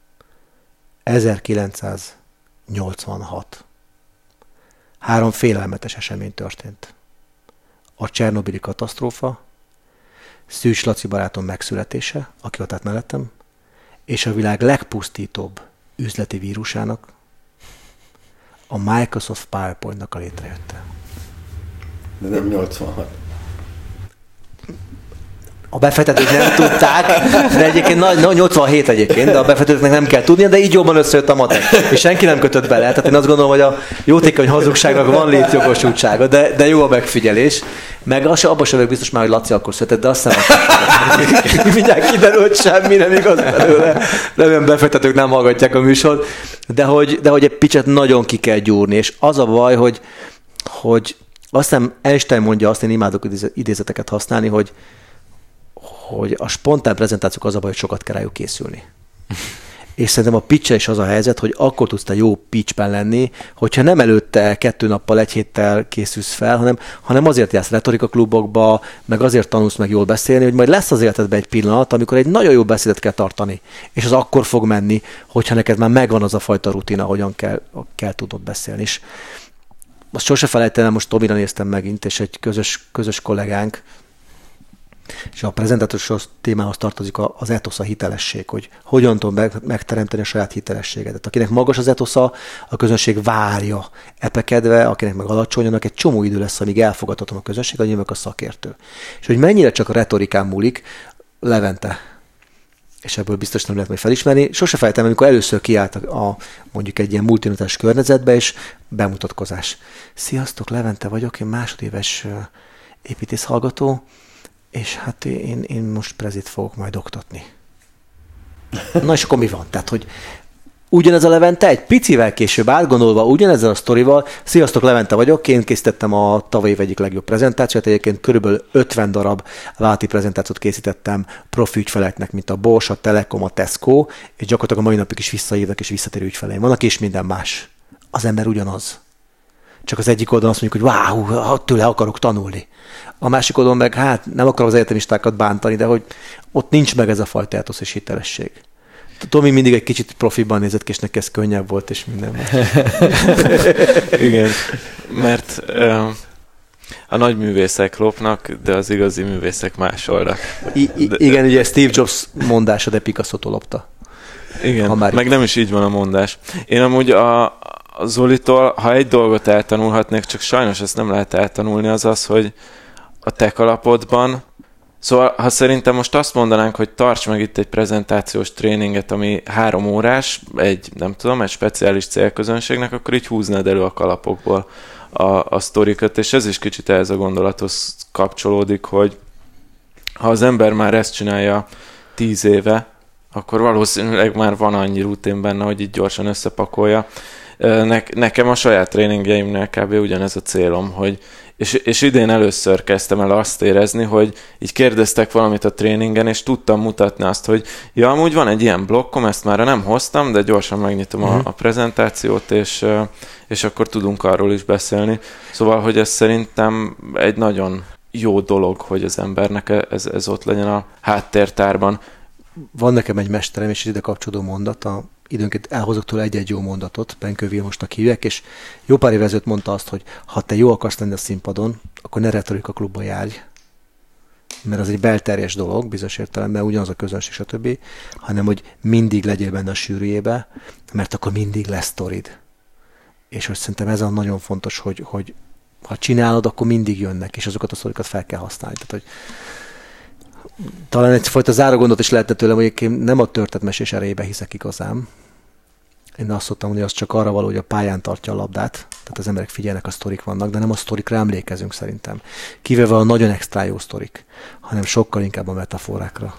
ezerkilencszáznyolcvanhat. Három félelmetes esemény történt. A csernobili katasztrófa, Szűcs Laci barátom megszületése, aki ott állt mellettem, és a világ legpusztítóbb üzleti vírusának, a Microsoft PowerPoint-nak a létrejötte. De nem nyolcvanhat. A befektetők nem tudták, de egyébként na, nyolcvanhét egyébként, de a befektetőknek nem kell tudnia, de így jobban összejött a matek. És senki nem kötött bele. Tehát én azt gondolom, hogy a jótékony hazugságnak van létjogosultsága, de, de jó a megfigyelés. Meg az, abban sem vagyok biztos már, hogy Laci akkor született, de azt hiszem, hogy mindjárt kiderült, semmi nem igaz belőle. De olyan befektetők nem hallgatják a műsort. De hogy, de hogy egy picit nagyon ki kell gyúrni. És az a baj, hogy, hogy azt hiszem Einstein mondja, azt én imádok idézeteket használni, hogy hogy a spontán prezentációk az a baj, hogy sokat kell rájuk készülni. És szerintem a pitch is az a helyzet, hogy akkor tudsz te jó pitchben lenni, hogyha nem előtte kettő nappal, egy héttel készülsz fel, hanem, hanem azért jársz retorika klubokba, meg azért tanulsz meg jól beszélni, hogy majd lesz az életedben egy pillanat, amikor egy nagyon jó beszédet kell tartani. És az akkor fog menni, hogyha neked már megvan az a fajta rutina, hogyan kell, kell tudod beszélni. És azt sose felejtenem, most Tomira néztem megint, és egy közös, közös kollégánk, és a prezentációs témához tartozik az etosz, a hitelesség, hogy hogyan tudom megteremteni a saját hitelességedet. Akinek magas az etosza, a közönség várja epekedve, akinek meg alacsony, annak egy csomó idő lesz, amíg elfogadhatom a közönség, hogy jövök a szakértő. És hogy mennyire csak a retorikán múlik, Levente, és ebből biztos nem lehet majd felismerni. Sose felejtem, amikor először kiállt a, a mondjuk egy ilyen multinacionális környezetbe, és bemutatkozás. Sziasztok, Levente vagyok, én másodéves építész hallgató, és hát én, én most prezit fogok majd oktatni. Na és akkor mi van? Tehát, hogy ugyanez a Levente egy picivel később átgondolva ugyanezzel a sztorival, sziasztok, Levente vagyok, én készítettem a tavaly év egyik legjobb prezentációt, egyébként körülbelül ötven darab vállalati prezentációt készítettem profi ügyfeleknek, mint a Bosch, a Telekom, a Tesco, és gyakorlatilag a mai napig is visszaírnak és visszatérő ügyfeleim vannak, és minden más. Az ember ugyanaz. Csak az egyik oldalon azt mondjuk, hogy wow, tőle akarok tanulni. A másik oldalon meg, hát nem akarom az egyetemistákat bántani, de hogy ott nincs meg ez a fajta etosz és hitelesség. Tomi mindig egy kicsit profiban nézett ki, és neki ez könnyebb volt, és minden. Igen, mert uh, a nagy művészek lopnak, de az igazi művészek másolnak. I- I- igen, ugye Steve Jobs mondása, de Picasso-tól lopta. Igen, meg itt. Nem is így van a mondás. Én amúgy a, a Zolitól, ha egy dolgot eltanulhatnék, csak sajnos ezt nem lehet eltanulni, az az, hogy a tech alapodban, szóval ha szerintem most azt mondanánk, hogy tarts meg itt egy prezentációs tréninget, ami három órás, egy, nem tudom, egy speciális célközönségnek, akkor így húznád elő a kalapokból a, a sztorikat, és ez is kicsit ehhez a gondolathoz kapcsolódik, hogy ha az ember már ezt csinálja tíz éve, akkor valószínűleg már van annyi rutin benne, hogy így gyorsan összepakolja. Ne, nekem a saját tréningjeimnél kb. Ugyanez a célom, hogy és, és idén először kezdtem el azt érezni, hogy így kérdeztek valamit a tréningen, és tudtam mutatni azt, hogy ja, amúgy van egy ilyen blokkom, ezt már nem hoztam, de gyorsan megnyitom uh-huh. a, a prezentációt, és, és akkor tudunk arról is beszélni. Szóval, hogy ez szerintem egy nagyon jó dolog, hogy az embernek ez, ez ott legyen a háttértárban. Van nekem egy mesterem, és ide kapcsolódó mondat, a időnként elhozok tőle egy-egy jó mondatot, Benkő Vilmosnak hívják, és jó pár évvel ezelőtt mondta azt, hogy ha te jó akarsz lenni a színpadon, akkor ne retorika klubba járj, mert az egy belterjes dolog, bizonyos értelemben ugyanaz a közönség, stb., hanem hogy mindig legyél benne a sűrűjébe, mert akkor mindig lesz sztorid. És hogy szerintem ez a nagyon fontos, hogy, hogy ha csinálod, akkor mindig jönnek, és azokat a sztorikat fel kell használni. Tehát, hogy talán egyfajta zárógondot is lehetne tőlem, hogy én nem a történetmesés erejébe hiszek igazán. Én azt szoktam, hogy az csak arra való, hogy a pályán tartja a labdát, tehát az emberek figyelnek, a sztorik vannak, de nem a sztorikra emlékezünk szerintem. Kivéve a nagyon extra jó sztorik, hanem sokkal inkább a metaforákra.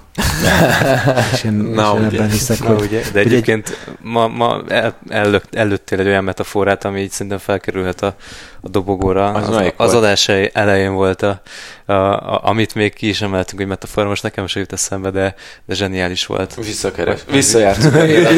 és én, Na, és én ugye, ebben hiszek, na, hogy, ugye. De egyébként egy... ma, ma el, ellök, előttél egy olyan metaforát, ami így szerintem felkerülhet a, a dobogóra. Az, az, az adás elején volt, a, a, a, amit még ki is emeltünk, hogy metafora, most nekem sem jut eszembe, de, de zseniális volt. Visszakeres. Visszajártunk.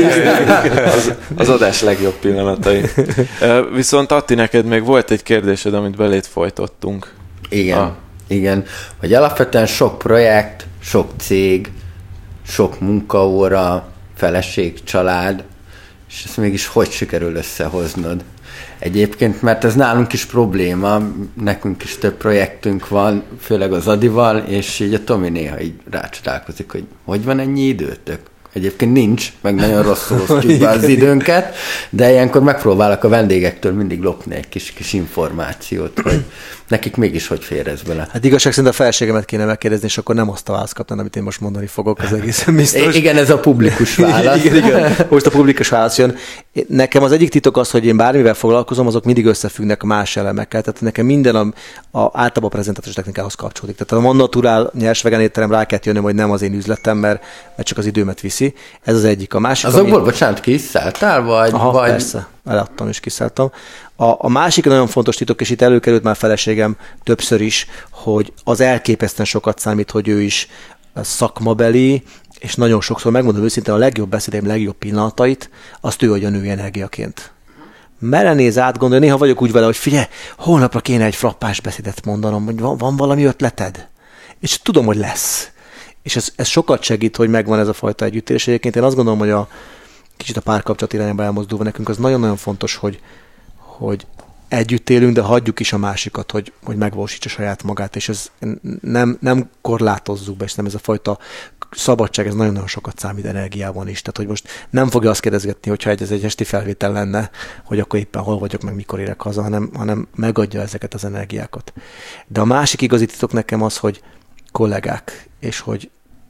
az, az adás legjobb pillanatai. Viszont Atti, neked még volt egy kérdésed, amit belét folytottunk. Igen. Ah. Igen, hogy alapvetően sok projekt, sok cég, sok munkaóra, feleség, család, és ezt mégis hogy sikerül összehoznod? Egyébként, mert ez nálunk is probléma, nekünk is több projektünk van, főleg az Adival, és így a Tomi néha így rácsodálkozik, hogy hogy van ennyi időtök? Egyébként nincs, meg nagyon rosszul osztjuk be az időnket, de ilyenkor megpróbálok a vendégektől mindig lopni egy kis, kis információt, hogy nekik mégis hogy fér ez bele. Hát igazság szerint a feleségemet kéne megkérdezni, és akkor nem azt a választ kapnám, amit én most mondani fogok, az egészen biztos. Igen, ez a publikus válasz. igen, igen, most a publikus válasz jön. Nekem az egyik titok az, hogy én bármivel foglalkozom, azok mindig összefüggnek más elemekkel. Tehát nekem minden a, a általában a prezentációs technikához kapcsolódik. Tehát a non-naturál nyers vegán étterem rá kell jönnöm, hogy nem az én üzletem, mert, mert csak az időmet viszi. Ez az egyik. A másik, azokból, ami... bocsánat, ki is szálltál, vagy... Aha, vagy... persze. Eladtam és kiszálltam. A, a másik nagyon fontos titok, és itt előkerült már feleségem többször is, hogy az elképesztően sokat számít, hogy ő is szakmabeli, és nagyon sokszor megmondom őszintén, a legjobb beszédeim legjobb pillanatait, azt ő adja női energiaként. Melenéz átgondolni, néha vagyok úgy vele, hogy figyelj, holnapra kéne egy frappás beszédet mondanom, hogy van, van valami ötleted? És tudom, hogy lesz. És ez, ez sokat segít, hogy megvan ez a fajta együttélés. Egyébként én azt gondolom, hogy a kicsit a párkapcsolat irányába elmozdulva nekünk az nagyon-nagyon fontos, hogy, hogy együtt élünk, de hagyjuk is a másikat, hogy, hogy megvalósítsa saját magát, és ez nem, nem korlátozzuk be, és nem ez a fajta szabadság, ez nagyon-nagyon sokat számít energiában is. Tehát, hogy most nem fogja azt kérdezgetni, hogyha ez egy esti felvétel lenne, hogy akkor éppen hol vagyok, meg mikor érek haza, hanem, hanem megadja ezeket az energiákat. De a másik igazi titok nekem az, hogy kollégák, és hogy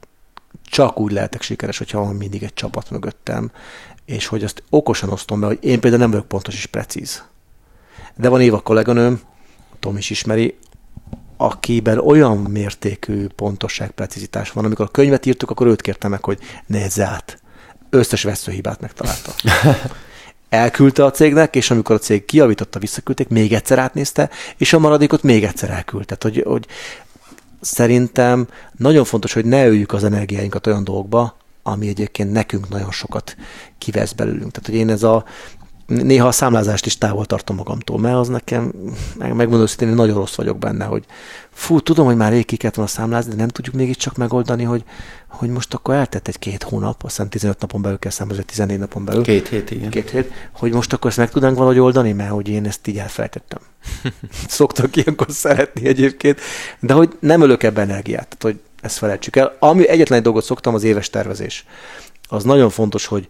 csak úgy lehetek sikeres, hogyha van mindig egy csapat mögöttem, és hogy azt okosan osztom be, hogy én például nem vagyok pontos és precíz. De van Éva kolléganőm, Tom is ismeri, akiben olyan mértékű pontosság, precizitás van. Amikor a könyvet írtuk, akkor őt kértem meg, hogy nézze át. Összes veszőhibát megtalálta. Elküldte a cégnek, és amikor a cég kijavította, visszaküldték, még egyszer átnézte, és a maradékot még egyszer elküldte. Hogy, hogy szerintem nagyon fontos, hogy ne öljük az energiáinkat olyan dolgokba, ami egyébként nekünk nagyon sokat kivesz belőlünk. Tehát, hogy én ez a néha a számlázást is távol tartom magamtól, mert az nekem, megmondom őszintén, én nagyon rossz vagyok benne, hogy fú, tudom, hogy már rég ki kellett volna számlázni, de nem tudjuk mégiscsak megoldani, hogy, hogy most akkor eltett egy két hónap, azt hiszem tizenöt napon belül kell számolni, tizennégy napon belül. Két hét, igen. Két hét, hogy most akkor ezt meg tudnánk valahogy oldani, mert hogy én ezt így elfelejtettem. Szoktak ilyenkor szeretni egyébként, de hogy nem ölök ebben energiát, tehát hogy ezt felejtsük el. Ami egyetlen egy dolgot szoktam, az éves tervezés. Az nagyon fontos, hogy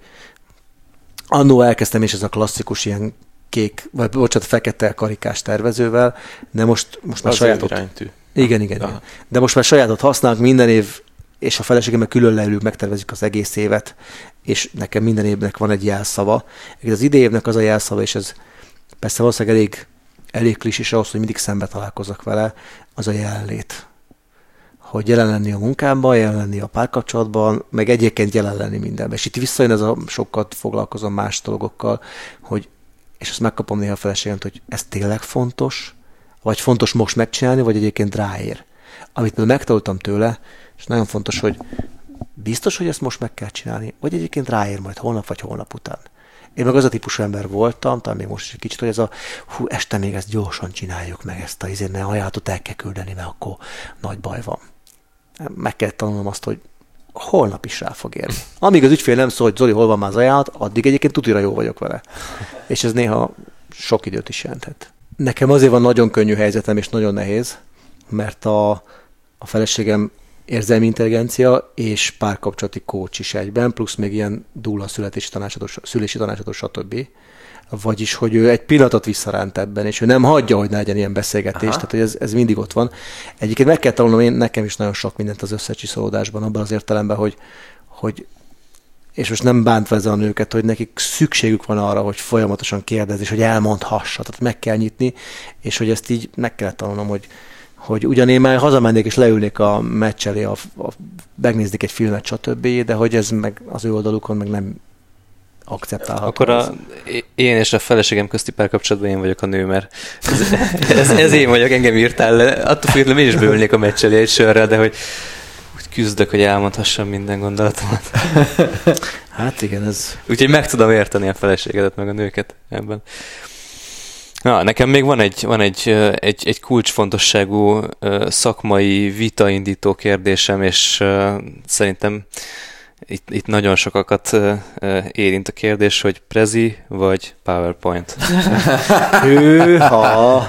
annó elkezdtem és ez a klasszikus ilyen kék, vagy bocsánat, fekete karikás tervezővel, de most, most már sajátot... Iránytű. Igen, igen, igen. De most már sajátot használunk minden év, és a feleségemmel külön leülünk, megtervezzük az egész évet, és nekem minden évnek van egy jelszava. Az idei évnek az a jelszava, és ez persze valószínűleg elég, elég klisés ahhoz, hogy mindig szembe találkozzak vele, az a jelenlét. Hogy jelen lenni a munkámban, jelen lenni a párkapcsolatban, meg egyébként jelen lenni mindenben. És itt visszajön ez a sokat foglalkozom más dolgokkal, hogy és azt megkapom néha a feleségemt, hogy ez tényleg fontos, vagy fontos most megcsinálni, vagy egyébként ráér. Amit például megtanultam tőle, és nagyon fontos, hogy biztos, hogy ezt most meg kell csinálni, vagy egyébként ráér majd holnap, vagy holnap után. Én meg az a típusú ember voltam, talán még most is egy kicsit, hogy ez a hú, este még ezt gyorsan csináljuk meg, ezt a izén, ne ajánlatot el kell küldeni, mert akkor nagy baj van. Meg kell tanulnom azt, hogy holnap is rá fog érni. Amíg az ügyfél nem szól, hogy Zoli, hol van már az ajánlat, addig egyébként tutira jó vagyok vele. És ez néha sok időt is jelenthet. Nekem azért van nagyon könnyű helyzetem, és nagyon nehéz, mert a, a feleségem érzelmi intelligencia és párkapcsolati coach is egyben, plusz még ilyen dúla születési tanácsadó, szülési tanácsadó, stb. Vagyis, hogy ő egy pillanatot visszaránt ebben, és ő nem hagyja, hogy ne legyen ilyen beszélgetés, Aha. tehát hogy ez, ez mindig ott van. Egyébként meg kell tanulnom, én nekem is nagyon sok mindent az összecsiszolódásban, abban az értelemben, hogy, hogy és most nem bántva ezzel a nőket, hogy nekik szükségük van arra, hogy folyamatosan kérdez, és hogy elmondhassa, tehát meg kell nyitni, és hogy ezt így meg kell tanulnom, hogy hogy ugyan én már hazamennék és leülnék a meccs elé, a, a, megnéznék egy filmet, stb., de hogy ez meg az ő oldalukon meg nem akceptálható. Akkor a, én és a feleségem közti párkapcsolatban én vagyok a nő, mert ez, ez, ez én vagyok, engem írtál le. Attól függetlenül én is beülnék a meccs elé egy sörrel, de hogy úgy küzdök, hogy elmondhassam minden gondolatomat. Hát igen, ez... Úgyhogy meg tudom érteni a feleségedet, meg a nőket ebben. Na, nekem még van egy, van egy, egy, egy kulcsfontosságú szakmai vitaindító kérdésem, és uh, szerintem itt, itt nagyon sokakat uh, érint a kérdés, hogy Prezi vagy PowerPoint. Hűha!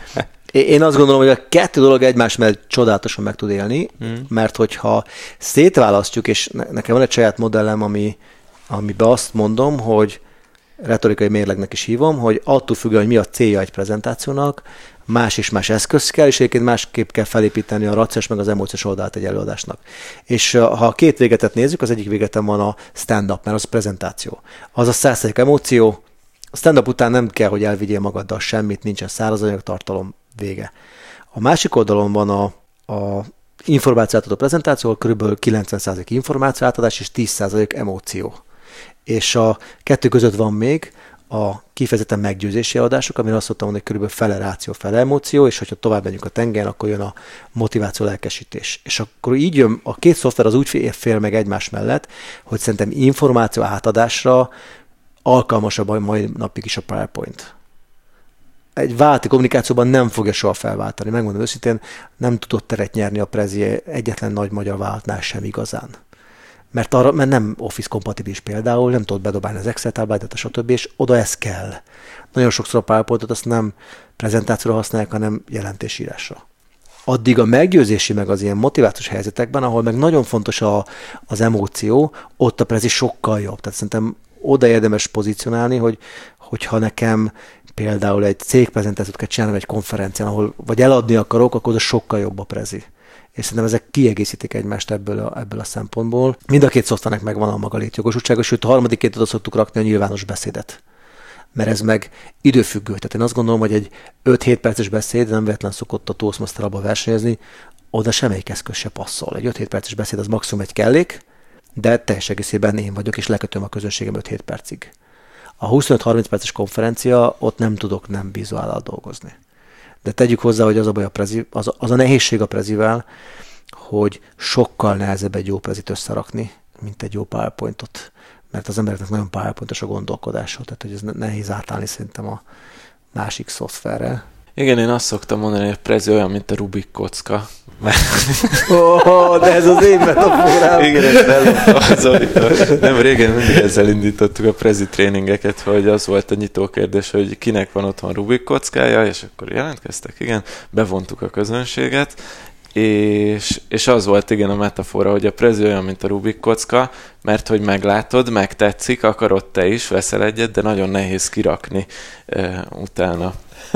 Én azt gondolom, hogy a kettő dolog egymás mellett csodálatosan meg tud élni, mm. mert hogyha szétválasztjuk, és nekem van egy saját modellem, ami, amiben azt mondom, hogy retorikai mérlegnek is hívom, hogy attól függően, hogy mi a célja egy prezentációnak, más és más eszköz kell, és egyébként másképp kell felépíteni a racionális meg az emóciós oldalt egy előadásnak. És ha a két végetet nézzük, az egyik végeten van a stand-up, mert az a prezentáció. Az a száz százalék emóció, a stand-up után nem kell, hogy elvigyél magaddal semmit, nincsen szárazanyag tartalom, vége. A másik oldalon van a, a információ átadó prezentáció, kb. kilencven százalék információ átadás és tíz százalék emóció. És a kettő között van még a kifejezetten meggyőzési adások, amire azt mondtam, hogy körülbelül fele ráció, fele emóció, és hogyha tovább megyünk a tengeren, akkor jön a motiváció, lelkesítés. És akkor így jön, a két szoftver az úgy fél meg egymás mellett, hogy szerintem információ átadásra alkalmasabb a mai napig is a PowerPoint. Egy válti kommunikációban nem fogja soha felváltani. Megmondom őszintén, nem tudott teret nyerni a Prezi egyetlen nagy magyar vállalatnál sem igazán. Mert, arra, mert nem Office kompatibilis például, nem tudod bedobálni az Excel tábládat, stb., és oda ez kell. Nagyon sokszor a PowerPointot azt nem prezentációra használják, hanem jelentésírásra. Addig a meggyőzési, meg az ilyen motivációs helyzetekben, ahol meg nagyon fontos a, az emóció, ott a Prezi sokkal jobb. Tehát szerintem oda érdemes pozícionálni, hogy, hogyha nekem például egy cégprezentációt kell csinálni egy konferencián, ahol vagy eladni akarok, akkor oda sokkal jobb a Prezi. És szerintem ezek kiegészítik egymást ebből a, ebből a szempontból. Mind a két szoftvernek megvan a maga létjogosultsága, sőt a harmadikét oda szoktuk rakni a nyilvános beszédet. Mert ez meg időfüggő. Tehát én azt gondolom, hogy egy öt-hét perces beszéd, nem véletlen szokott a Toastmaster abban versenyezni, oda semmelyik eszköz se passzol. Egy öt-hét perces beszéd az maximum egy kellék, de teljes egészében én vagyok, és lekötöm a közönségem öt-hét percig. A huszonöt-harminc perces konferencia, ott nem tudok nem vizuállal dolgozni. De tegyük hozzá, hogy az a baj a prezi, az, a, az a nehézség a prezivel, hogy sokkal nehezebb egy jó prezit összerakni, mint egy jó PowerPointot. Mert az embereknek nagyon PowerPointos a gondolkodása, tehát hogy ez nehéz átállni szerintem a másik szoftverre. Igen, én azt szoktam mondani, hogy a Prezi olyan, mint a Rubik kocka. Oh, de ez az én metaforám. Igen, ezt elloptam Zolitól. Nem, régen mindig ezzel indítottuk a Prezi tréningeket, hogy az volt a nyitókérdés, hogy kinek van otthon Rubik kockája, és akkor jelentkeztek, igen, bevontuk a közönséget, és, és az volt igen a metafora, hogy a Prezi olyan, mint a Rubik kocka, mert hogy meglátod, megtetszik, akarod te is, veszel egyet, de nagyon nehéz kirakni uh, utána.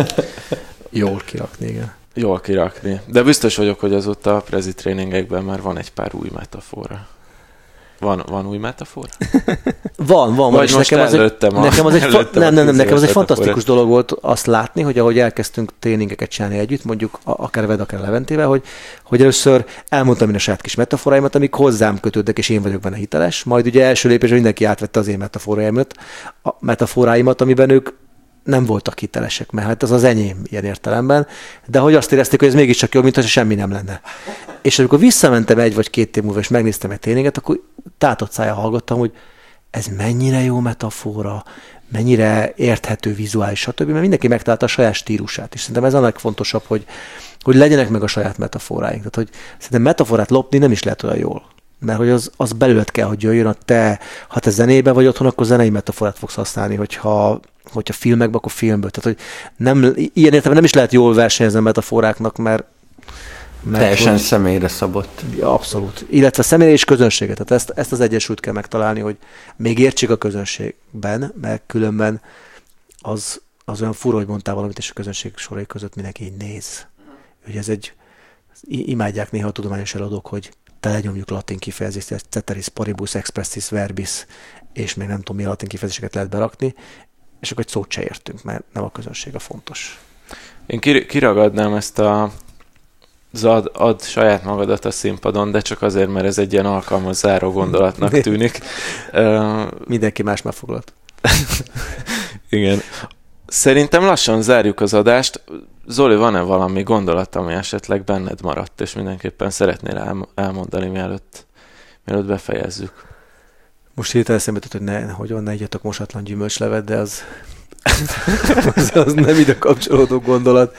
Jól kirakni, igen. Jól kirakni. De biztos vagyok, hogy azóta a Prezi tréningekben már van egy pár új metafora. Van, van új metafora? Van, van. Vagy most nekem az egy, a, nekem az egy, fa- nem, nem, nem, nekem az egy fantasztikus dolog volt azt látni, hogy ahogy elkezdtünk tréningeket csinálni együtt, mondjuk akár veled, akár Leventével, hogy, hogy először elmondtam én a saját kis metaforáimat, amik hozzám kötődnek, és én vagyok benne hiteles. Majd ugye első lépésben mindenki átvette az én metaforáimat, a metaforáimat, amiben ők nem voltak hitelesek, mert hát az az enyém ilyen értelemben, de hogy azt érezték, hogy ez mégiscsak jobb, mint hogy semmi nem lenne. És amikor visszamentem egy vagy két év múlva, és megnéztem egy tréninget, akkor tátott szájjal hallgattam, hogy ez mennyire jó metafora, mennyire érthető vizuális, stb., mert mindenki megtalálta a saját stílusát, és szerintem ez a legfontosabb, hogy, hogy legyenek meg a saját metaforáink. Tehát, hogy szerintem metaforát lopni nem is lehet olyan jól. Mert hogy az, az belőled kell, hogy jöjjön, a te, ha te zenében vagy otthon, akkor zenei metaforát fogsz használni, hogyha, hogyha filmekben, akkor filmből. Tehát, hogy nem, ilyen értelemben nem is lehet jól versenyezni a metaforáknak, mert Mert teljesen hogy, személyre szabott. Ja, abszolút. Illetve személyre és közönséget. Tehát ezt, ezt az egyensúlyt kell megtalálni, hogy még értsék a közönségben, mert különben az, az olyan fura, hogy mondtál valamit, és a közönség sorai között mindenki így néz. Ugye ez egy, imádják néha a tudományos eladók, hogy telenyomjuk latin kifejezést, ceteris paribus expressis verbis, és még nem tudom, milyen latin kifejezéseket lehet berakni, és akkor egy szót se értünk, mert nem a közönség a fontos. Én kiragadnám ezt a Ad, ad saját magadat a színpadon, de csak azért, mert ez egy ilyen alkalmas záró gondolatnak tűnik. Mindenki más már foglalt. Igen. Szerintem lassan zárjuk az adást. Zoli, van-e valami gondolat, ami esetleg benned maradt, és mindenképpen szeretnél elmondani, mielőtt, mielőtt befejezzük? Most hirtelen eszembe jutott, hogy ne, hogy ne egyetek mosatlan gyümölcslevet, de az, az, az nem ide kapcsolódó gondolat.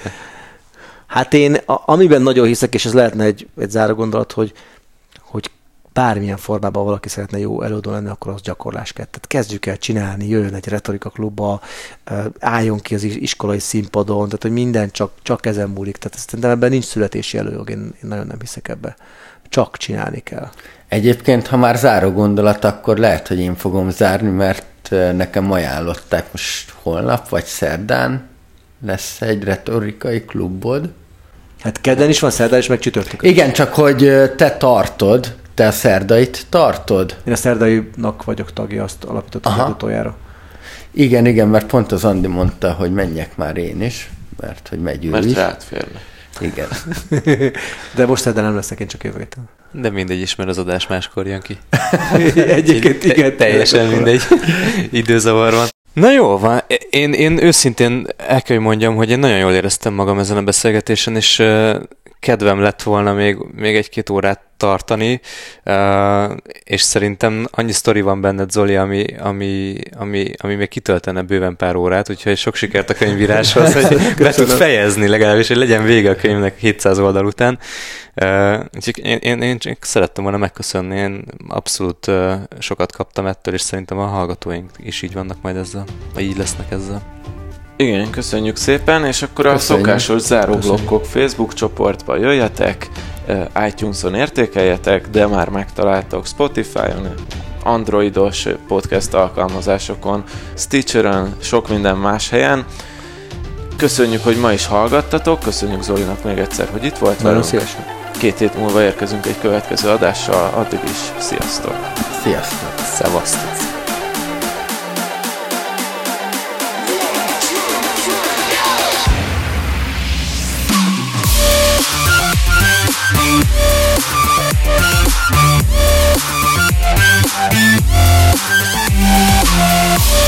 Hát én, a, amiben nagyon hiszek, és ez lehetne egy, egy záró gondolat, hogy, hogy bármilyen formában valaki szeretne jó előadó lenni, akkor az gyakorlás kell. Tehát kezdjük el csinálni, jöjjön egy retorika klubba, álljon ki az iskolai színpadon, tehát hogy minden csak, csak ezen múlik. Tehát szerintem ebben nincs születési előjog, én, én nagyon nem hiszek ebbe. Csak csinálni kell. Egyébként, ha már záró gondolat, akkor lehet, hogy én fogom zárni, mert nekem ajánlották most holnap vagy szerdán lesz egy retorikai klubod. Hát kedden is van, szerdán is, meg csütörtökön. Igen, csak hogy te tartod, te a szerdait tartod. Én a szerdainak vagyok tagja, azt alapítottam utoljára. Igen, igen, mert pont az Andi mondta, hogy menjek már én is, mert hogy megy ő mert is. Mert rád férne. Igen. De most szerdán nem leszek, én csak jövő héten. De mindegy is, mert az adás máskor jön ki. Egyébként igen. Teljesen mindegy. Időzavar van. Na jó van, én, én őszintén el kell, hogy mondjam, hogy én nagyon jól éreztem magam ezen a beszélgetésen, és uh, kedvem lett volna még, még egy-két órát tartani, uh, és szerintem annyi sztori van benned, Zoli, ami, ami, ami, ami még kitöltene bőven pár órát, úgyhogy sok sikert a könyvíráshoz, hogy be tud fejezni legalábbis, hogy legyen vége a könyvnek hétszáz oldal után. Uh, úgyhogy én, én, én csak szerettem volna megköszönni, én abszolút uh, sokat kaptam ettől, és szerintem a hallgatóink is így vannak majd ezzel, vagy így lesznek ezzel. Igen, köszönjük szépen, és akkor a köszönjük. Szokásos záróblokkok Facebook csoportba jöjjetek, iTunes-on értékeljetek, de már megtaláltok Spotify-on, androidos podcast alkalmazásokon, Stitcher-ön, sok minden más helyen. Köszönjük, hogy ma is hallgattatok, köszönjük Zolinak még egyszer, hogy itt volt velünk. Szívesen. Két hét múlva érkezünk egy következő adással, addig is sziasztok! Sziasztok! Szevasztok! We'll be right back.